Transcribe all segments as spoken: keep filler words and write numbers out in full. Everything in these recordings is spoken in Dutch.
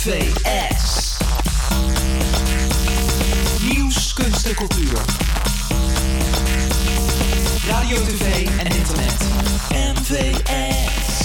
V S. Nieuws, kunst en cultuur. Radio, tv en internet. M V S.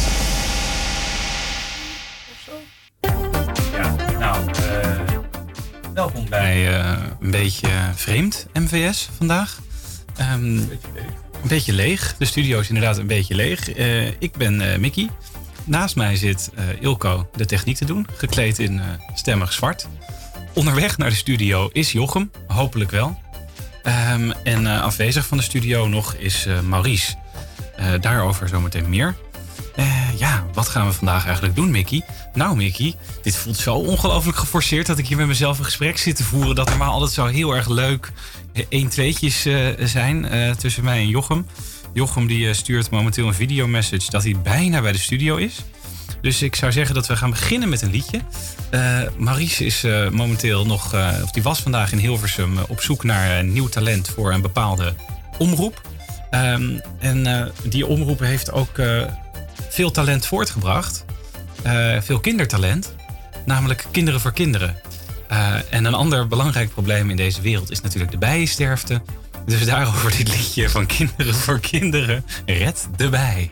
Ja, nou, uh, welkom bij uh, een beetje vreemd M V S vandaag. Um, een beetje leeg. Een beetje leeg. De studio is inderdaad een beetje leeg. Uh, ik ben uh, Mickey. Naast mij zit uh, Ilko de techniek te doen, gekleed in uh, stemmig zwart. Onderweg naar de studio is Jochem, hopelijk wel. Um, en uh, afwezig van de studio nog is uh, Maurice. Uh, daarover zometeen meer. Uh, ja, wat gaan we vandaag eigenlijk doen, Mickey? Nou, Mickey, dit voelt zo ongelooflijk geforceerd dat ik hier met mezelf een gesprek zit te voeren. Dat normaal altijd zo heel erg leuk een-tweetjes uh, zijn uh, tussen mij en Jochem. Jochem die uh, stuurt momenteel een videomessage dat hij bijna bij de studio is. Dus ik zou zeggen dat we gaan beginnen met een liedje. Uh, Maurice is uh, momenteel nog, uh, of die was vandaag in Hilversum uh, op zoek naar uh, nieuw talent voor een bepaalde omroep. Um, en uh, die omroep heeft ook uh, veel talent voortgebracht. Uh, veel kindertalent. Namelijk Kinderen voor Kinderen. Uh, en een ander belangrijk probleem in deze wereld is natuurlijk de bijensterfte. Dus daarover dit liedje van Kinderen voor Kinderen. Red de bij.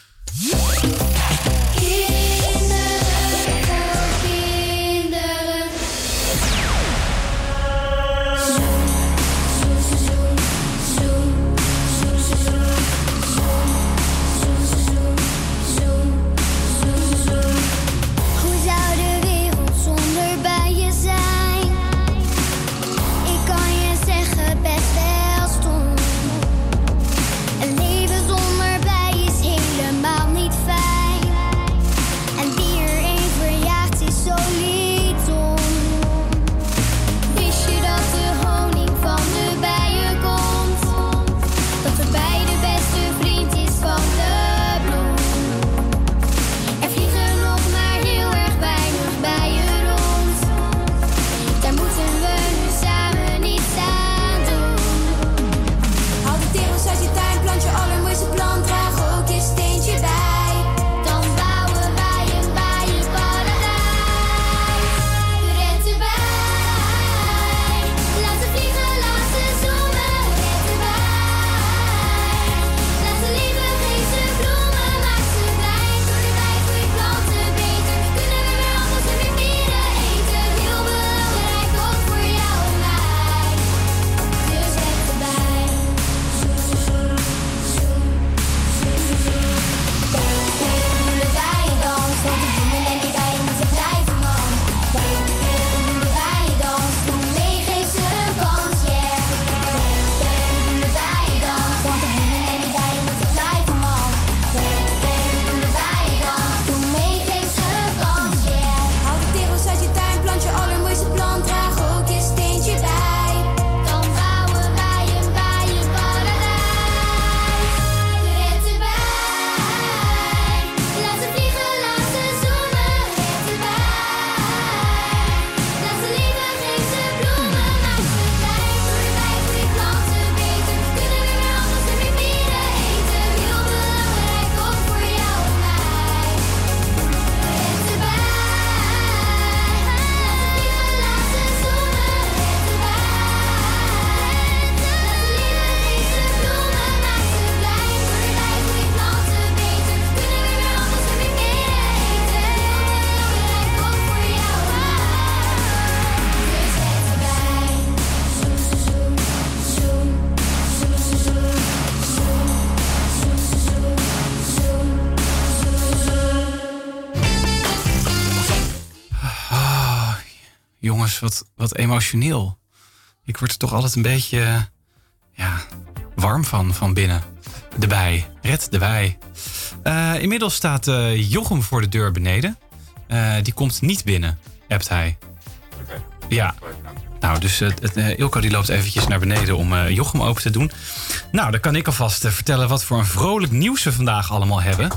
Jongens, wat, wat emotioneel. Ik word er toch altijd een beetje ja, warm van, van binnen. De bij. Red de bij. Uh, inmiddels staat uh, Jochem voor de deur beneden. Uh, die komt niet binnen, appt hij. Oké. Okay. Ja. Nou, dus uh, uh, Ilko die loopt eventjes naar beneden om uh, Jochem open te doen. Nou, dan kan ik alvast uh, vertellen wat voor een vrolijk nieuws we vandaag allemaal hebben.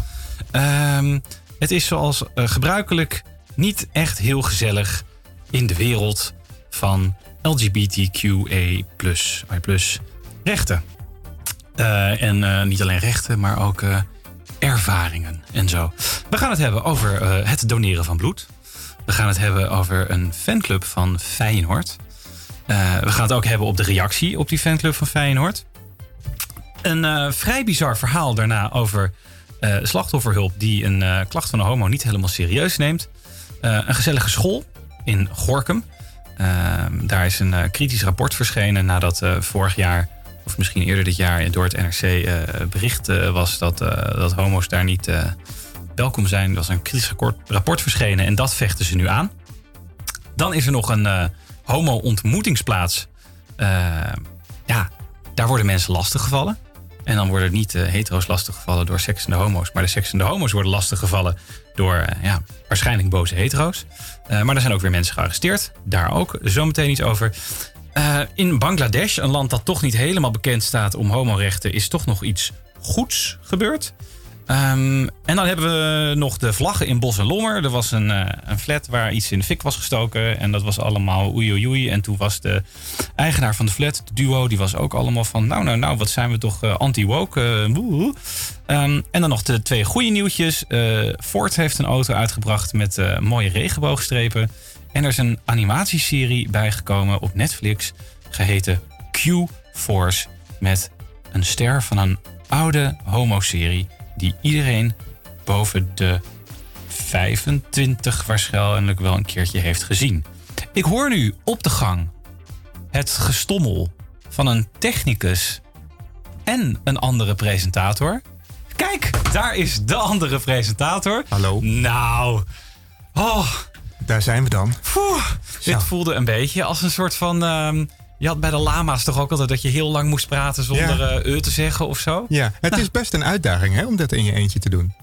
Uh, het is zoals uh, gebruikelijk niet echt heel gezellig in de wereld van L G B T Q A plus, I plus rechten. Uh, en uh, niet alleen rechten, maar ook uh, ervaringen en zo. We gaan het hebben over uh, het doneren van bloed. We gaan het hebben over een fanclub van Feyenoord. Uh, we gaan het ook hebben op de reactie op die fanclub van Feyenoord. Een uh, vrij bizar verhaal daarna over uh, slachtofferhulp die een uh, klacht van een homo niet helemaal serieus neemt. Uh, een gezellige school in Gorinchem. Uh, daar is een uh, kritisch rapport verschenen nadat uh, vorig jaar, of misschien eerder dit jaar, door het N R C uh, bericht uh, was dat, uh, dat homo's daar niet uh, welkom zijn. Er was een kritisch rapport verschenen en dat vechten ze nu aan. Dan is er nog een uh, homo-ontmoetingsplaats. Uh, ja, daar worden mensen lastiggevallen. En dan worden niet uh, hetero's lastiggevallen door seksende homo's. Maar de seksende homo's worden lastiggevallen door uh, ja, waarschijnlijk boze hetero's. Uh, maar er zijn ook weer mensen gearresteerd. Daar ook zometeen iets over. Uh, in Bangladesh, een land dat toch niet helemaal bekend staat om homorechten, is toch nog iets goeds gebeurd. Um, en dan hebben we nog de vlaggen in Bos en Lommer. Er was een, uh, een flat waar iets in de fik was gestoken. En dat was allemaal oei oei oei. En toen was de eigenaar van de flat, de duo, die was ook allemaal van nou, nou, nou, wat zijn we toch uh, anti-woke. Uh, um, en dan nog de twee goede nieuwtjes. Uh, Ford heeft een auto uitgebracht met uh, mooie regenboogstrepen. En er is een animatieserie bijgekomen op Netflix, geheten Q-Force. Met een ster van een oude homo-serie die iedereen boven de vijfentwintig waarschijnlijk wel een keertje heeft gezien. Ik hoor nu op de gang het gestommel van een technicus en een andere presentator. Kijk, daar is de andere presentator. Hallo. Nou, oh. Daar zijn we dan. Poeh, dit voelde een beetje als een soort van... Um, je had bij de lama's toch ook altijd dat je heel lang moest praten zonder ja. uh, te zeggen of zo? Ja, het nou. is best een uitdaging hè, om dat in je eentje te doen.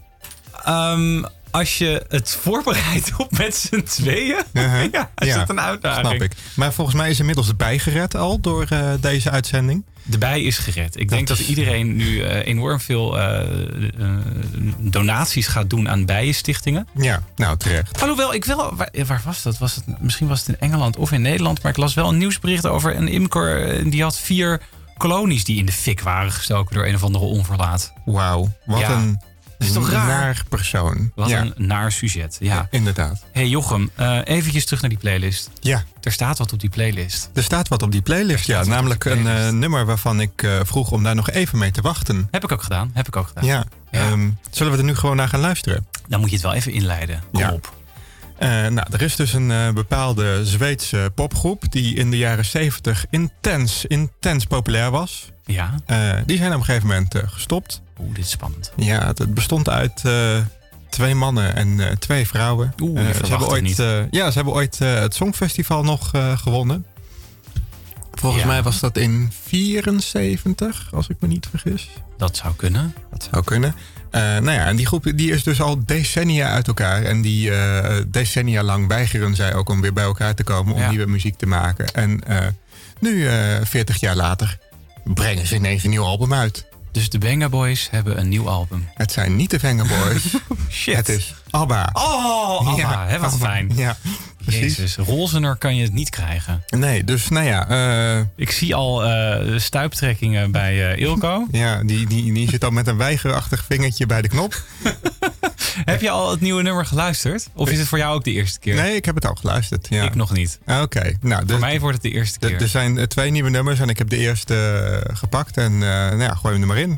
Um, als je het voorbereidt op met z'n tweeën, uh-huh. ja, is ja, dat een uitdaging. Snap ik. Maar volgens mij is inmiddels de bij gered al door uh, deze uitzending. De bij is gered. Ik dat denk is... dat iedereen nu uh, enorm veel uh, uh, donaties gaat doen aan bijenstichtingen. Ja, nou terecht. Alhoewel, ik wel... Waar, waar was dat? Was het? Misschien was het in Engeland of in Nederland. Maar ik las wel een nieuwsbericht over een imker. Die had vier kolonies die in de fik waren gestoken door een of andere onverlaat. Wauw, wat ja. een... Dat is toch raar? Naar persoon. Wat ja. een naar sujet. Ja, ja inderdaad. Hey Jochem, uh, eventjes terug naar die playlist. Ja. Er staat wat op die playlist. Er staat wat op die playlist, ja. Namelijk playlist. een uh, nummer waarvan ik uh, vroeg om daar nog even mee te wachten. Heb ik ook gedaan. Heb ik ook gedaan. Ja. ja. Um, zullen we er nu gewoon naar gaan luisteren? Dan moet je het wel even inleiden. Kom ja. op. Uh, nou, er is dus een uh, bepaalde Zweedse popgroep die in de jaren zeventig intens, intens populair was. Ja. Uh, die zijn op een gegeven moment uh, gestopt. Oeh, dit is spannend. Ja, het, het bestond uit uh, twee mannen en uh, twee vrouwen. Oeh, uh, ze hebben ooit, niet. Uh, ja, ze hebben ooit uh, het Songfestival nog uh, gewonnen. Volgens ja. mij was dat in vierenzeventig, als ik me niet vergis. Dat zou kunnen. Dat zou kunnen. Uh, nou ja, en die groep die is dus al decennia uit elkaar. En die uh, decennia lang weigeren zij ook om weer bij elkaar te komen om ja. nieuwe muziek te maken. En uh, nu, uh, veertig jaar later, brengen ze ineens een nieuw album uit. Dus de Venga Boys hebben een nieuw album. Het zijn niet de Venga Boys. Shit. Het is ABBA. Oh, ABBA. Ja, hè, wat ABBA. fijn. Ja, precies. Jezus, rozener kan je het niet krijgen. Nee, dus nou ja. Uh, Ik zie al uh, stuiptrekkingen bij uh, Ilko. Ja, die, die, die zit al met een weigerachtig vingertje bij de knop. Heb je al het nieuwe nummer geluisterd? Of is het voor jou ook de eerste keer? Nee, ik heb het al geluisterd. Ja. Ik nog niet. Oké. Okay. Nou, voor dus, mij wordt het de eerste keer. Er zijn uh, twee nieuwe nummers en ik heb de eerste uh, gepakt. En uh, nou ja, gooi hem er maar in.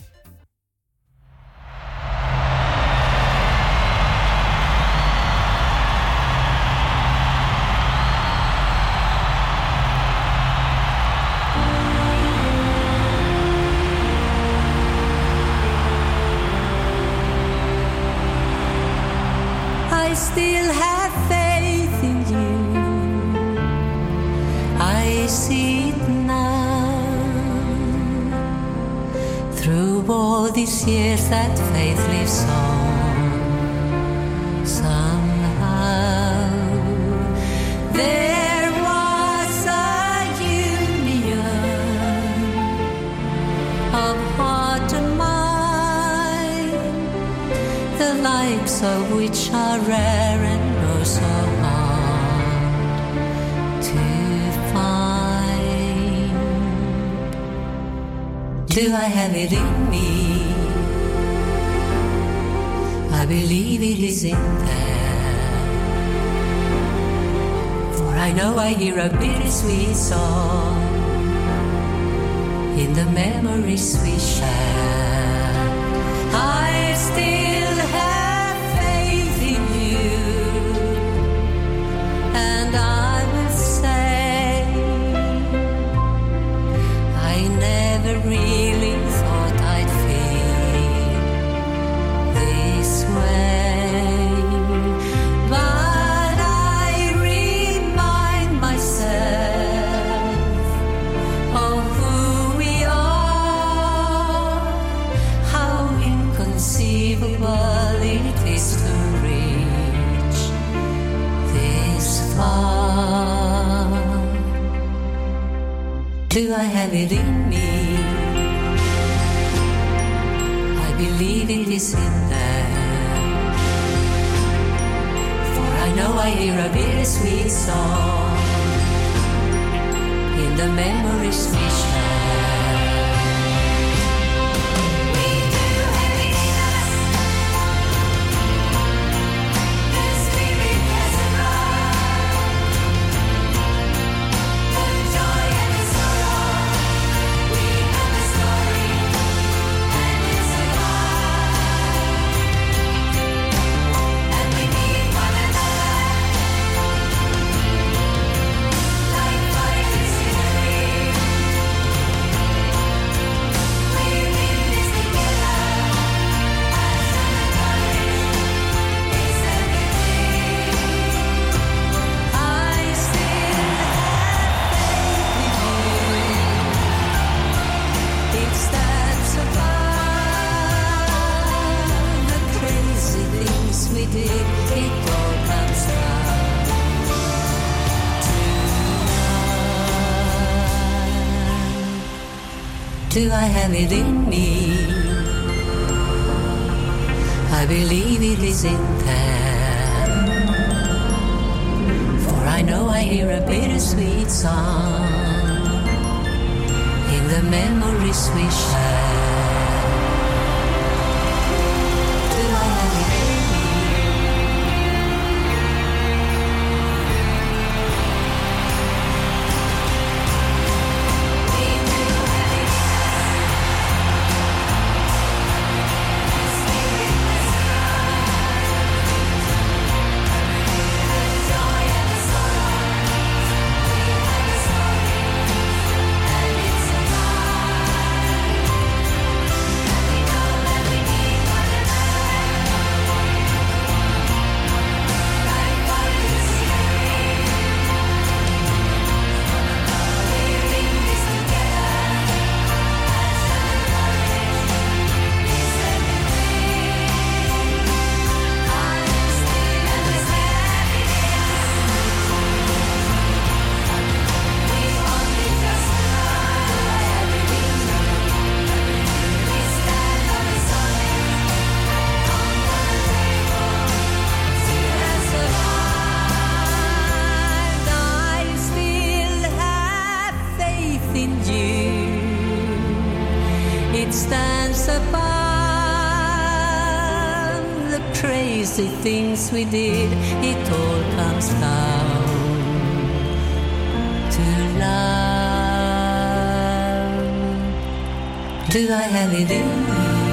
Still have faith in you. I see it now. Through all these years that faith lives on. Somehow there was a union of heart and mind, the likes of which are rare and oh so hard to find. Do I have it in me? I believe it is in there. I know I hear a bittersweet song in the memories we share. I still have faith in you, and I will say I never really thought I'd feel this way, but I remind myself of who we are, how inconceivable it is to reach this far. Do I have it in me? I believe it is in there, for I know I hear a bittersweet song in the memories we share. We do have it in us, the spirit has arrived, the joy and the sorrow, we have a story and it's alive, and we need one another, like fire is in the wind. We live this together, passion and courage is everything. I still have faith in you. It stands above the crazy things we did. It all comes down to love. Do I have it in me? I believe it is in there, for I know I hear a bittersweet song in the memories we share. Do I have it in me? We do have it in us. The spirit has arrived. The joy and the sorrow. We have a story, and it's alive. And we know that we need one another, like fire is in the wind. We're in this together, passion and courage is everything. I am still and there's happiness. We only just arrived. We stand on the solid, on the table, still has survived. I still have faith in you. It stands above the crazy things we did. It all comes down to love. Do I have it in me?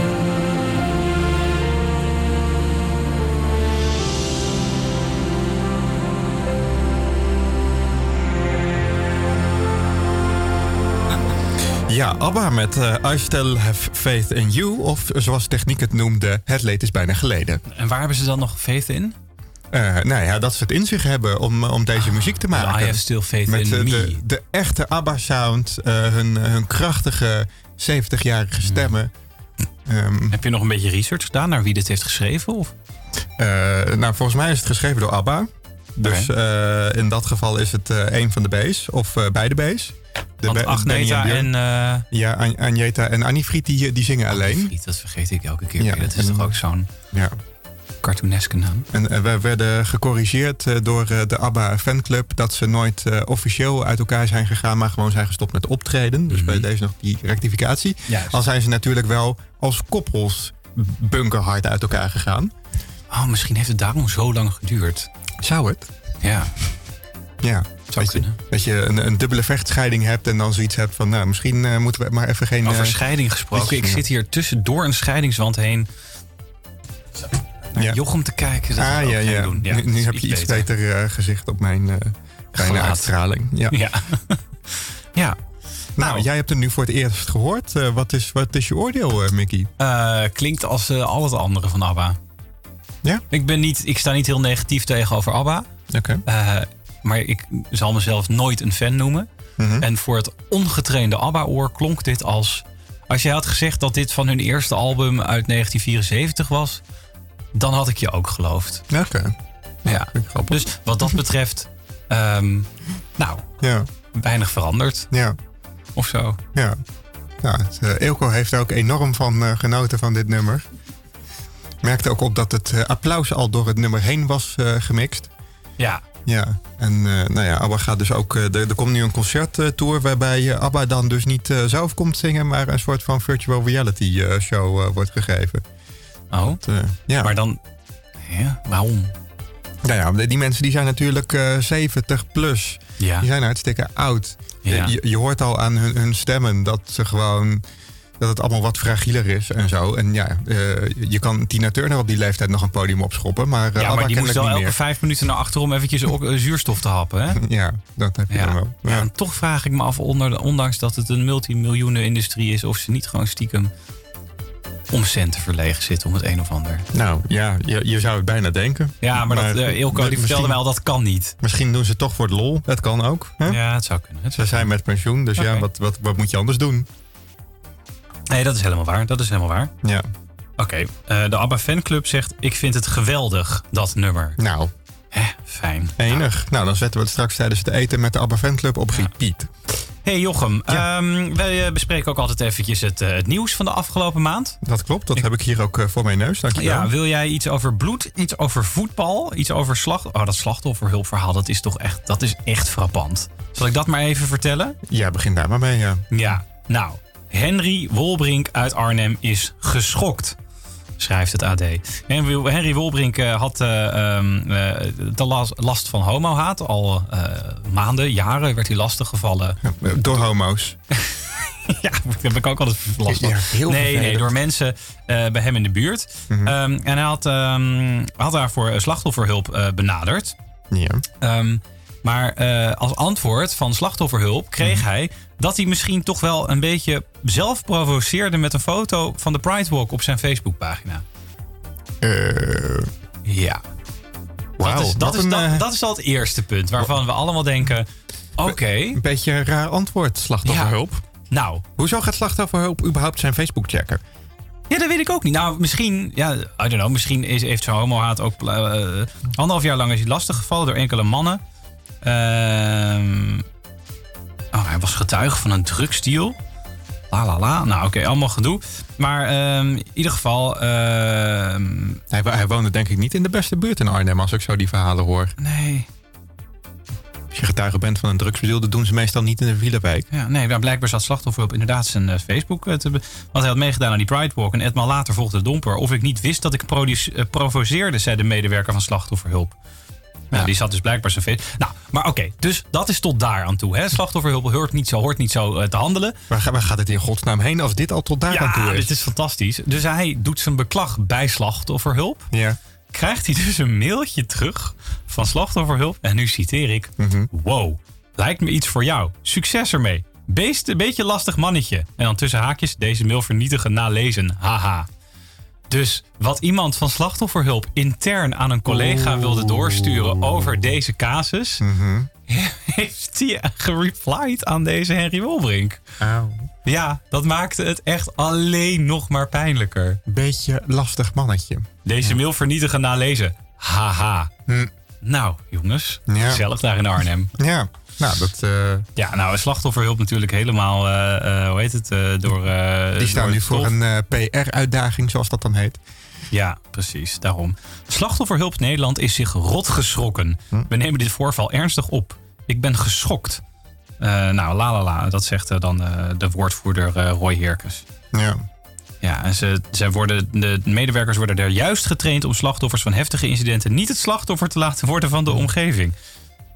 Ja, ABBA met uh, I Still Have Faith in You. Of zoals Techniek het noemde, het leed is bijna geleden. En waar hebben ze dan nog faith in? Uh, nou ja, dat ze het in zich hebben om, om deze muziek te maken. I have still faith Met in uh, me. de, de echte ABBA-sound, uh, hun, hun krachtige zeventigjarige stemmen. Um, Heb je nog een beetje research gedaan naar wie dit heeft geschreven? Of? uh, nou, volgens mij is het geschreven door ABBA. Dus uh, in dat geval is het uh, een van de B's, of uh, beide B's. De Want Be- Agneta Benny en... Björn. Uh... Ja, An- Agneta en Annie Fried, die, die zingen alleen. Fried, dat vergeet ik elke keer. Ja, weer. Dat is en- toch ook zo'n Ja. cartooneske naam? En uh, we werden gecorrigeerd uh, door uh, de ABBA fanclub dat ze nooit uh, officieel uit elkaar zijn gegaan, maar gewoon zijn gestopt met optreden. Dus Mm-hmm. bij deze nog die rectificatie. Juist. Al zijn ze natuurlijk wel als koppels bunkerhard uit elkaar gegaan. Oh, misschien heeft het daarom zo lang geduurd. Zou het? Ja. Ja. Zou dat, je, kunnen. dat je een, een dubbele vechtscheiding hebt en dan zoiets hebt van... nou, misschien uh, moeten we maar even geen... Over uh, scheiding gesproken. Ik ja. zit hier tussendoor een scheidingswand heen... naar Ja. Jochem te kijken. Dat ah, wil ik ja, ook geen ja. doen. ja. Nu, dat nu is heb je iets beter uh, gezicht op mijn uh, kleine Gelaat. uitstraling. Ja. Ja. ja. Nou, Nou. jij hebt het nu voor het eerst gehoord. Uh, wat, is, wat is je oordeel, uh, Mickey? Uh, klinkt als uh, al het andere van ABBA. Ja? Ik, ben niet, ik sta niet heel negatief tegenover ABBA. Oké. Uh, maar ik zal mezelf nooit een fan noemen. Mhm. En voor het ongetrainde ABBA-oor klonk dit als... Als jij had gezegd dat dit van hun eerste album uit negentien vierenzeventig was... dan had ik je ook geloofd. Oké. Ja. Vind ik grappig. Dus wat dat betreft... um, nou, Ja, weinig veranderd ja, of zo. ja. ja het, uh, Eelco heeft er ook enorm van uh, genoten van dit nummer. Merkte ook op dat het uh, applaus al door het nummer heen was uh, gemixt. Ja. Ja, en uh, nou ja, ABBA gaat dus ook... Uh, er, er komt nu een concerttour waarbij uh, ABBA dan dus niet uh, zelf komt zingen... maar een soort van virtual reality uh, show uh, wordt gegeven. Oh, Dat, uh, ja. maar dan... Ja, waarom? Nou ja, die mensen die zijn natuurlijk uh, zeventig plus. Ja. Die zijn hartstikke oud. Ja. Je, je hoort al aan hun, hun stemmen dat ze gewoon... dat het allemaal wat fragieler is en zo. En ja, uh, je kan Tina Turner op die leeftijd nog een podium opschoppen. Maar, uh, Ja, ABBA maar die moest kennelijk wel niet elke meer. vijf minuten naar achterom eventjes ook, uh, zuurstof te happen, hè? Ja, dat heb je dan Ja. wel. Ja, Ja. en toch vraag ik me af, onder, ondanks dat het een multimiljoenen-industrie is... of ze niet gewoon stiekem om centen verlegen zitten om het een of ander. Nou ja, je, je zou het bijna denken. Ja, maar, dat, uh, Eelco die misschien- vertelde mij al, dat kan niet. Misschien doen ze het toch voor het lol. Dat kan ook. Hè? Ja, het zou kunnen. Het Ze zou zijn met pensioen, dus ja, Oké. wat, wat, wat moet je anders doen? Nee, dat is helemaal waar. Dat is helemaal waar. Ja, Oké, uh, de ABBA fanclub zegt... ik vind het geweldig, dat nummer. nou, Hè, fijn. enig. Nou, dan zetten we het straks tijdens het eten met de ABBA fanclub op repeat. Hey Jochem, Ja. um, wij uh, bespreken ook altijd eventjes het, uh, het nieuws van de afgelopen maand. Dat klopt, dat heb ik hier ook uh, voor mijn neus. Dankjewel. Ja, wil jij iets over bloed, iets over voetbal, iets over slacht... Oh, dat slachtofferhulpverhaal, dat is toch echt, dat is echt frappant. Zal ik dat maar even vertellen? Ja, begin daar maar mee, ja. Ja, nou, Henry Wolbrink uit Arnhem is geschokt, schrijft het A D. Henry, Henry Wolbrink uh, had uh, um, uh, de las, last van homohaat. Al uh, maanden, jaren werd hij lastiggevallen. Ja, door homo's. Ja, daar heb ik ook altijd last van. Ja, heel nee, vervelend. nee, door mensen uh, bij hem in de buurt. Mhm. Um, en hij had, um, had daarvoor slachtofferhulp uh, benaderd. Ja. Um, maar uh, als antwoord van slachtofferhulp kreeg Mhm. hij... dat hij misschien toch wel een beetje zelf provoceerde... met een foto van de Pride Walk op zijn Facebookpagina. Uh, Ja. Wauw, dat, is, dat, wat is, een, dat, uh, dat is al het eerste punt waarvan we allemaal denken... Oké, Een beetje een raar antwoord, slachtofferhulp. nou... Hoezo gaat slachtofferhulp überhaupt zijn Facebook checken? Ja, dat weet ik ook niet. Nou, misschien, ja, I don't know, misschien is, heeft zo'n homohaat ook... Uh, anderhalf jaar lang is hij lastiggevallen door enkele mannen. Ehm oh, hij was getuige van een drugsdeal. La la la. Nou, oké, allemaal gedoe. Maar ehm, in ieder geval... ehm, Hij, hij woonde denk ik niet in de beste buurt in Arnhem, als ik zo die verhalen hoor. nee, Als je getuige bent van een drugsdeal, dat doen ze meestal niet in de Wielerwijk. ja, nee, maar blijkbaar zat slachtofferhulp inderdaad zijn uh, Facebook uh, te... be- Want hij had meegedaan aan die Pride Walk. En etmaal later volgde de domper. Of ik niet wist dat ik produce- uh, provoceerde, zei de medewerker van slachtofferhulp. Nou, Ja. die zat dus blijkbaar zijn feest. Nou, maar oké, dus dat is tot daar aan toe. Hè? Slachtofferhulp hoort niet zo, hoort niet zo uh, te handelen. Waar, ga- waar gaat het in godsnaam heen als dit al tot daar aan toe Ja, is? dit is fantastisch. Dus hij doet zijn beklag bij slachtofferhulp. Ja. Krijgt hij dus een mailtje terug van slachtofferhulp. En nu citeer ik. Mhm. Wow, lijkt me iets voor jou. Succes ermee. Beest een beetje lastig mannetje. En dan tussen haakjes deze mail vernietigen nalezen. Haha. Dus wat iemand van slachtofferhulp intern aan een collega Oeh. wilde doorsturen over deze casus... Mhm. heeft hij gereplied aan deze Henry Wolbrink. Auw. Ja, dat maakte het echt alleen nog maar pijnlijker. Beetje lastig mannetje. Deze mail vernietigen nalezen. Haha. Hm. Nou, jongens. Ja. Gezellig daar in Arnhem. Ja, nou, dat, uh, Ja, nou, een slachtofferhulp natuurlijk helemaal, uh, uh, hoe heet het, uh, door... Uh, die staan door nu het voor stof. een uh, P R-uitdaging, zoals dat dan heet. Ja, precies, daarom. Slachtofferhulp Nederland is zich rot geschrokken. Hm. We nemen dit voorval ernstig op. Ik ben geschokt. Uh, nou, la la la, dat zegt uh, dan uh, de woordvoerder uh, Roy Heerkes. Ja. Ja, en ze, ze worden, de medewerkers worden er juist getraind om slachtoffers van heftige incidenten niet het slachtoffer te laten worden van de omgeving.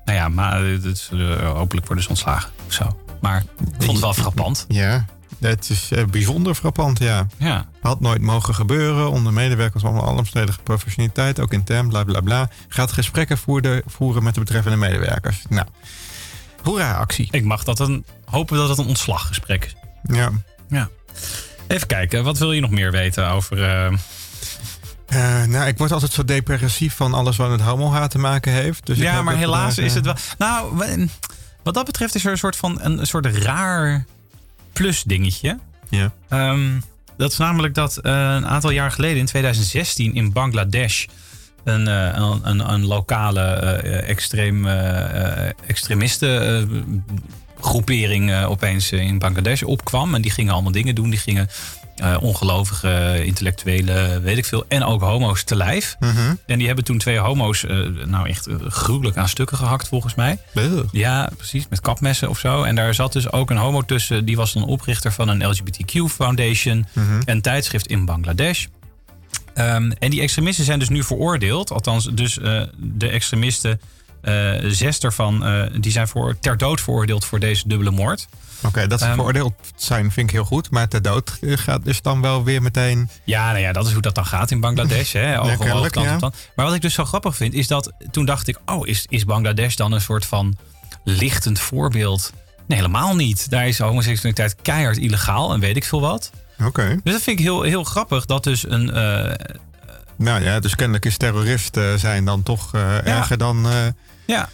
nou ja, maar uh, dus, uh, hopelijk worden ze ontslagen. Zo. Maar ik vond het wel frappant. Ja, het is uh, bijzonder frappant, ja. Ja. Had nooit mogen gebeuren. Onder medewerkers van alle omstredige professionaliteit, ook intern, bla bla bla. Gaat gesprekken voerde, voeren met de betreffende medewerkers. Nou, hoera actie. Ik mag dat een, hopen dat het een ontslaggesprek is. Ja. Ja. Even kijken, wat wil je nog meer weten over... Uh... Uh, nou, ik word altijd zo depressief van alles wat met homohaat te maken heeft. Dus ja, maar helaas daar, uh... is het wel... Nou, wat dat betreft is er een soort van een soort raar plus dingetje. Ja. Um, dat is namelijk dat uh, een aantal jaar geleden, in twintig zestien, in Bangladesh... een, uh, een, een, een lokale uh, extreem, uh, extremisten... Uh, groepering uh, opeens uh, in Bangladesh opkwam. En die gingen allemaal dingen doen. Die gingen uh, ongelovige, intellectuele, weet ik veel. En ook homo's te lijf. Mm-hmm. En die hebben toen twee homo's uh, nou echt uh, gruwelijk aan stukken gehakt volgens mij. Ugh. Ja, precies. Met kapmessen of zo. En daar zat dus ook een homo tussen. Die was dan oprichter van een L G B T Q Foundation. Mm-hmm. Een tijdschrift in Bangladesh. Um, en die extremisten zijn dus nu veroordeeld. Althans, dus uh, de extremisten... Uh, zes daarvan uh, die zijn voor, ter dood veroordeeld voor deze dubbele moord. Oké, okay, dat ze um, veroordeeld zijn vind ik heel goed. Maar ter dood gaat dus dan wel weer meteen... Ja, nou ja, dat is hoe dat dan gaat in Bangladesh. Hè? Oog om oog, tand ja. op tand. Maar wat ik dus zo grappig vind, is dat toen dacht ik... oh, is, is Bangladesh dan een soort van lichtend voorbeeld? Nee, helemaal niet. Daar is homoseksualiteit keihard illegaal en weet ik veel wat. Oké. Okay. Dus dat vind ik heel, heel grappig dat dus een... Uh, nou ja, dus kennelijk is terrorist uh, zijn dan toch uh, ja. erger dan... Uh, Ja.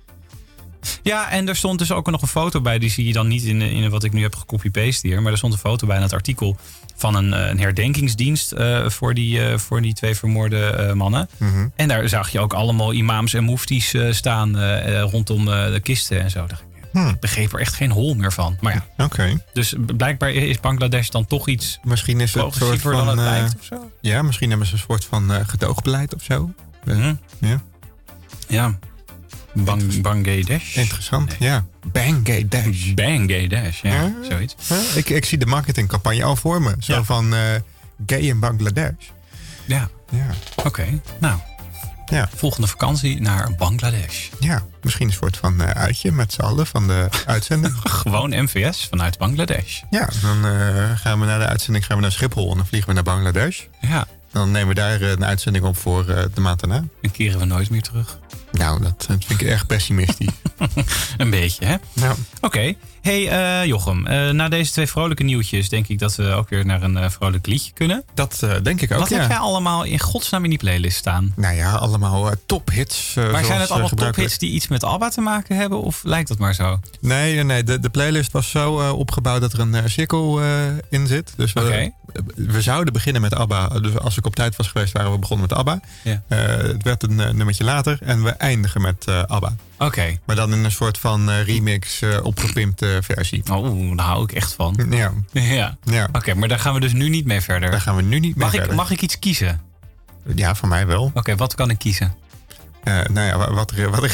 Ja, en er stond dus ook nog een foto bij. Die zie je dan niet in, in wat ik nu heb gecopy-paste hier. Maar er stond een foto bij in het artikel van een, een herdenkingsdienst uh, voor, die, uh, voor die twee vermoorde uh, mannen. Mm-hmm. En daar zag je ook allemaal imams en muftis uh, staan uh, rondom uh, de kisten en zo. Hmm. Ik begreep er echt geen hol meer van. Maar ja, Oké. Okay. Dus blijkbaar is Bangladesh dan toch iets misschien is het soort van, dan het uh, lijkt of zo. Ja, misschien hebben ze een soort van uh, gedoogbeleid of zo. Mm-hmm. Ja. Ja. Bang, Bangladesh. Interessant, nee. ja. Bangladesh. Bangladesh, ja, ja, zoiets. Ja, ik, ik zie de marketingcampagne al voor me. Zo ja. van uh, gay in Bangladesh. Ja. Ja. Oké, okay. Nou. Ja. Volgende vakantie naar Bangladesh. Ja, misschien een soort van uh, uitje met z'n allen van de uitzending. Gewoon M V S vanuit Bangladesh. Ja, dan uh, gaan we naar de uitzending gaan we naar Schiphol en dan vliegen we naar Bangladesh. Ja. Dan nemen we daar uh, een uitzending op voor uh, de maand daarna. En keren we nooit meer terug. Nou, dat, dat vind ik erg pessimistisch. Een beetje, hè? Nou. Oké. Okay. Hey uh, Jochem, uh, na deze twee vrolijke nieuwtjes denk ik dat we ook weer naar een uh, vrolijk liedje kunnen. Dat uh, denk ik ook, Wat ja. heb jij allemaal in godsnaam in die playlist staan? Nou ja, allemaal uh, tophits. Uh, maar zijn het allemaal uh, tophits die iets met ABBA te maken hebben? Of lijkt dat maar zo? Nee, nee de, de playlist was zo uh, opgebouwd dat er een uh, cirkel uh, in zit. Dus we, okay. we zouden beginnen met ABBA. Dus als ik op tijd was geweest, waren we begonnen met ABBA. Ja. Uh, het werd een uh, nummertje later en we eindigen met uh, ABBA. Oké. Okay. Maar dan in een soort van uh, remix, uh, opgepimpte versie. Oh, daar hou ik echt van. Ja. ja. ja. Oké, okay, maar daar gaan we dus nu niet mee verder. Daar gaan we nu niet mee mag verder. Ik, mag ik iets kiezen? Ja, voor mij wel. Oké, okay, wat kan ik kiezen? Uh, nou ja, wat er... Wat er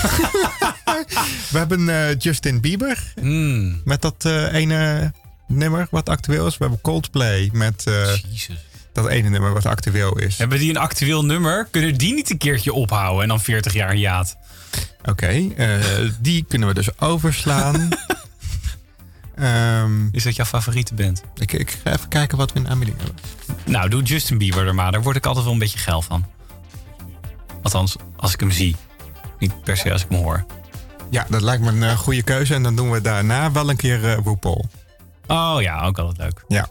we hebben uh, Justin Bieber. Mm. Met dat uh, ene nummer wat actueel is. We hebben Coldplay met... Uh, Jezus. Dat ene nummer wat actueel is. Hebben die een actueel nummer? Kunnen die niet een keertje ophouden en dan veertig jaar hiaat? Oké, okay, uh, die kunnen we dus overslaan. um, is dat jouw favoriete band? Ik, ik ga even kijken wat we in aanbieding hebben. Nou, doe Justin Bieber er maar. Daar word ik altijd wel een beetje geil van. Althans, als ik hem zie. Niet per se als ik hem hoor. Ja, dat lijkt me een uh, goede keuze. En dan doen we daarna wel een keer uh, RuPaul. Oh ja, ook altijd leuk. Ja.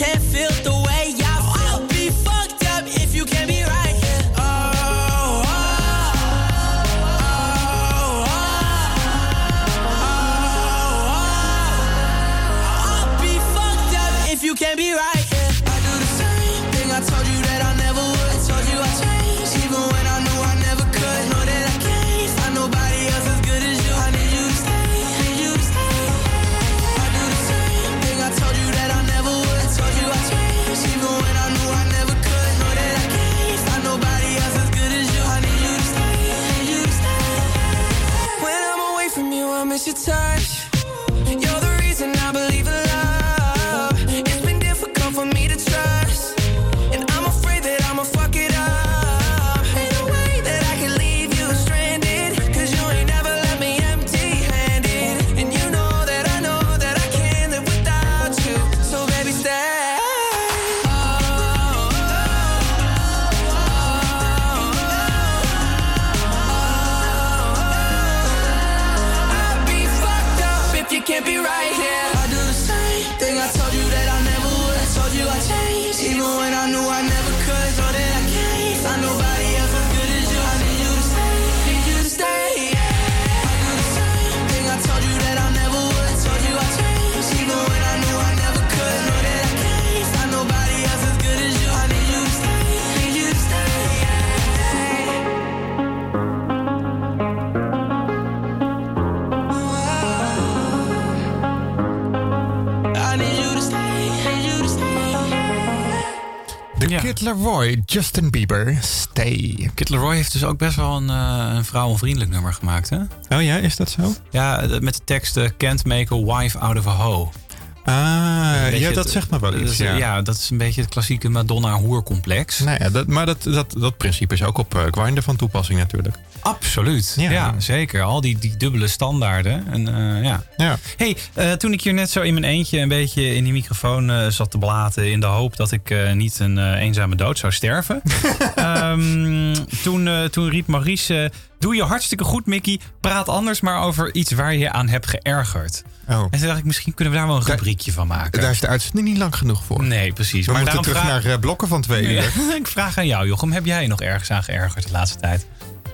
Oh, told you that I never would. Told you I changed, even when I knew I never could. Know that I can't find nobody else as good as you. I need you to stay, need you to stay. I do the same thing. I told you that I never would. Told you I changed, even when I knew I never could. Know that I can't find nobody else as good as you. I need you to stay, need you to stay. When I'm away from you, I miss your touch. You're the reason I believe in love. It's been difficult for me to trust, and I'm afraid that I'ma fuck it up. Ain't no way that I can leave you stranded, cause you ain't never left me empty-handed. And you know that I know that I can't live without you. So baby, stay. Oh, oh, oh, oh. I'd be fucked up if you can't be right here. I do the same thing. I told you that I never would. I told you I changed, even when I knew I never could. Know that I can't find nobody else as good as you. I need you to stay, need you to stay. Yeah. I do the same thing. I told you that I never would. I told you I changed, even when I knew I never could. Know that I can't find nobody else as good as you. I need you to stay, need you to stay. I need you to stay, need you to stay. De Ja. Kid Laroi, Justin Bieber, Stay. Kid Laroi heeft dus ook best wel een, uh, een vrouwenvriendelijk nummer gemaakt, hè? Oh ja, is dat zo? Ja, eh, met de tekst uh, Can't make a wife out of a hoe. Ah, Beetje ja, dat het- zegt me wel iets. dus, Ja. ja, dat is een beetje het klassieke Madonna-hoercomplex. Nou ja, dat, maar dat, dat, dat principe is ook op uh, Grindr van toepassing natuurlijk. Absoluut. Ja. Ja, zeker. Al die, die dubbele standaarden. En, uh, ja. Ja. Hey, uh, toen ik hier net zo in mijn eentje een beetje in die microfoon uh, zat te blaten, in de hoop dat ik uh, niet een uh, eenzame dood zou sterven. um, toen, uh, toen riep Maurice, uh, doe je hartstikke goed, Mickey. Praat anders maar over iets waar je je aan hebt geërgerd. Oh. En toen dacht ik, misschien kunnen we daar wel een Daar- rubriekje van maken. Daar is de uitzending niet lang genoeg voor. Nee, precies. We maar moeten daarom terug vraag... naar uh, blokken van twee uur. ik vraag aan jou, Jochem. Heb jij je nog ergens aan geërgerd de laatste tijd?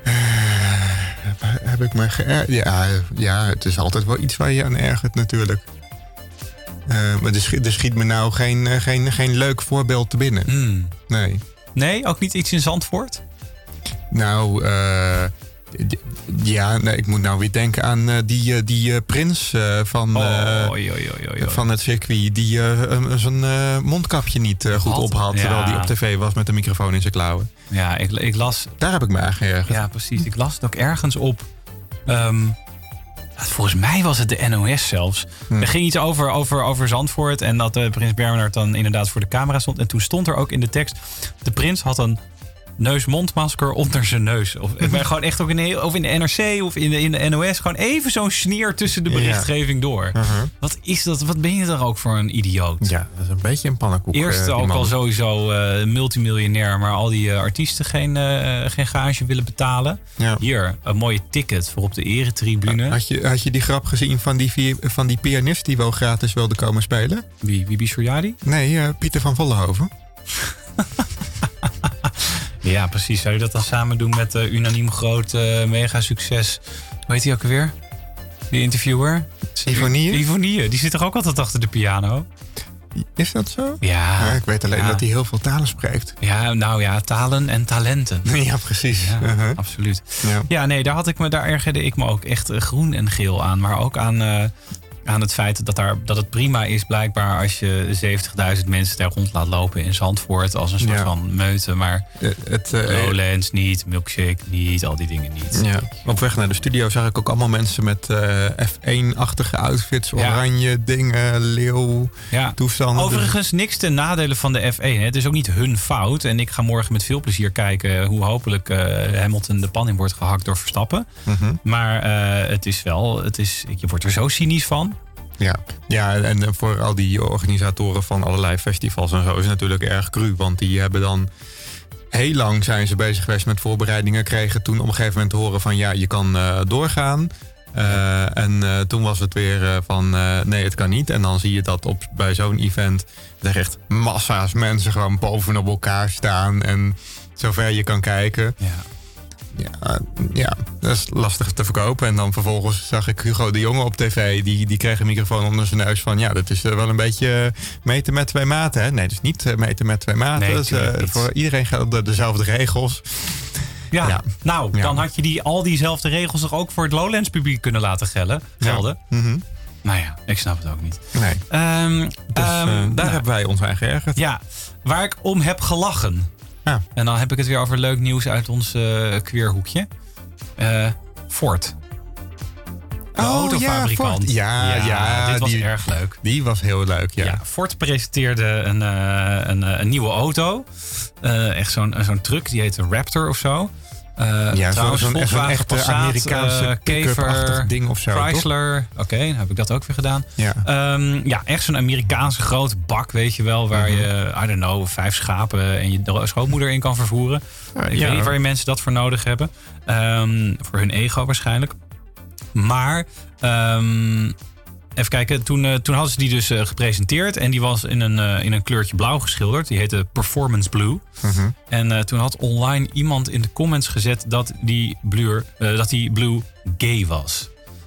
Heb ik me geërgerd? Ja, ja, het is altijd wel iets waar je je aan ergert natuurlijk. Uh, maar er schiet, er schiet me nou geen, uh, geen, geen leuk voorbeeld te binnen. Hmm. Nee. Nee, ook niet iets in Zandvoort? Nou, uh, d- ja, nee, ik moet nou weer denken aan uh, die, uh, die uh, prins uh, van, uh, Oh, oi, oi, oi, oi. van het circuit... die uh, um, zijn uh, mondkapje niet uh, goed Had? op had... Ja. terwijl die op tv was met de microfoon in zijn klauwen. Ja, ik, ik las... Daar heb ik me aan geërgerd. Ja, precies. Ik las het ook ergens op... Um, volgens mij was het de N O S zelfs. Hm. Er ging iets over, over, over Zandvoort... en dat uh, prins Bernhard dan inderdaad voor de camera stond. En toen stond er ook in de tekst... de prins had een neus-mondmasker onder zijn neus. Of, maar gewoon echt ook in de, of in de N R C of in de, in de N O S... gewoon even zo'n sneer tussen de berichtgeving door. Uh-huh. Wat is dat? Wat ben je daar ook voor een idioot? Ja, dat is een beetje een pannenkoek. Eerst uh, die ook man. al sowieso uh, multimiljonair... maar al die uh, artiesten geen, uh, geen gage willen betalen. Ja. Hier, een mooie ticket voor op de eretribune. Had je, had je die grap gezien van die, vier- van die pianist... die wel gratis wilde komen spelen? Wie, wie Bisoyari? Nee, uh, Pieter van Vollenhoven. Ja, precies. Zou je dat dan samen doen met uh, unaniem groot uh, mega succes? Hoe heet die ook alweer? Die interviewer? Ivonie? Ivonie, die zit toch ook altijd achter de piano? Is dat zo? Ja. Ja, ik weet alleen ja. dat hij heel veel talen spreekt. Ja, nou ja, talen en talenten. Ja, precies. Ja, Uh-huh. absoluut. Ja. Ja, nee, daar, had ik me, daar ergerde ik me ook echt uh, groen en geel aan. Maar ook aan, uh, aan het feit dat, daar, dat het prima is blijkbaar... als je zeventigduizend mensen daar rond laat lopen in Zandvoort... als een soort Ja. van meute. Maar Uh, het, uh, Lowlands niet, Milkshake niet, al die dingen niet. ja. Op weg naar de studio zag ik ook allemaal mensen met uh, F één-achtige outfits. Ja. Oranje dingen, leeuw, Ja. toestanden. Overigens niks ten nadele van de F één. Hè. Het is ook niet hun fout. En ik ga morgen met veel plezier kijken... hoe hopelijk uh, Hamilton de pan in wordt gehakt door Verstappen. Mhm. Maar uh, het is wel... Het is, je wordt er zo cynisch van. Ja. ja, en voor al die organisatoren van allerlei festivals en zo is het natuurlijk erg cru. Want die hebben dan... Heel lang zijn ze bezig geweest met voorbereidingen. Kregen toen op een gegeven moment te horen van... ja, je kan uh, doorgaan. Uh, en uh, toen was het weer uh, van... Uh, nee, het kan niet. En dan zie je dat op, bij zo'n event... er echt massa's mensen gewoon bovenop elkaar staan. En zover je kan kijken... Ja. Ja, ja, dat is lastig te verkopen. En dan vervolgens zag ik Hugo de Jonge op tv. Die, die kreeg een microfoon onder zijn neus van... ja, dat is wel een beetje meten met twee maten. Hè? Nee, dat is niet meten met twee maten. Nee, dus, uh, voor iedereen gelden dezelfde regels. Ja, Ja. nou, Ja. dan had je die, al diezelfde regels toch ook voor het Lowlands publiek kunnen laten gelden, gelden. Ja. Mm-hmm. Nou ja, ik snap het ook niet. Nee. Ehm, Dus ehm, uh, daar nou, hebben wij ons aan geërgerd. Ja, waar ik om heb gelachen. Ja. En dan heb ik het weer over leuk nieuws uit ons uh, queerhoekje. Uh, Ford. De Oh, autofabrikant. Ja, Ford. Ja, ja, dit was die- erg leuk. Die was heel leuk, ja. Ja, Ford presenteerde een, uh, een, uh, een nieuwe auto. Uh, echt zo'n zo'n truck, die heet een Raptor of zo. Uh, Ja, trouwens, zo'n- zo'n Volkswagen, echte Passat, Amerikaanse uh, pick-up-achtig Kever, ding of zo, Chrysler. Oké, dan heb ik dat ook weer gedaan. Ja. Um, ja, echt zo'n Amerikaanse grote bak, weet je wel. Waar je, I don't know, vijf schapen en je schoonmoeder in kan vervoeren. Uh, Ik ja. weet niet waar je mensen dat voor nodig hebben. Um, voor hun ego waarschijnlijk. Maar, um, even kijken, toen, uh, toen hadden ze die dus uh, gepresenteerd. En die was in een, uh, in een kleurtje blauw geschilderd. Die heette Performance Blue. Mhm. En uh, toen had online iemand in de comments gezet dat die, blur, uh, dat die blue gay was.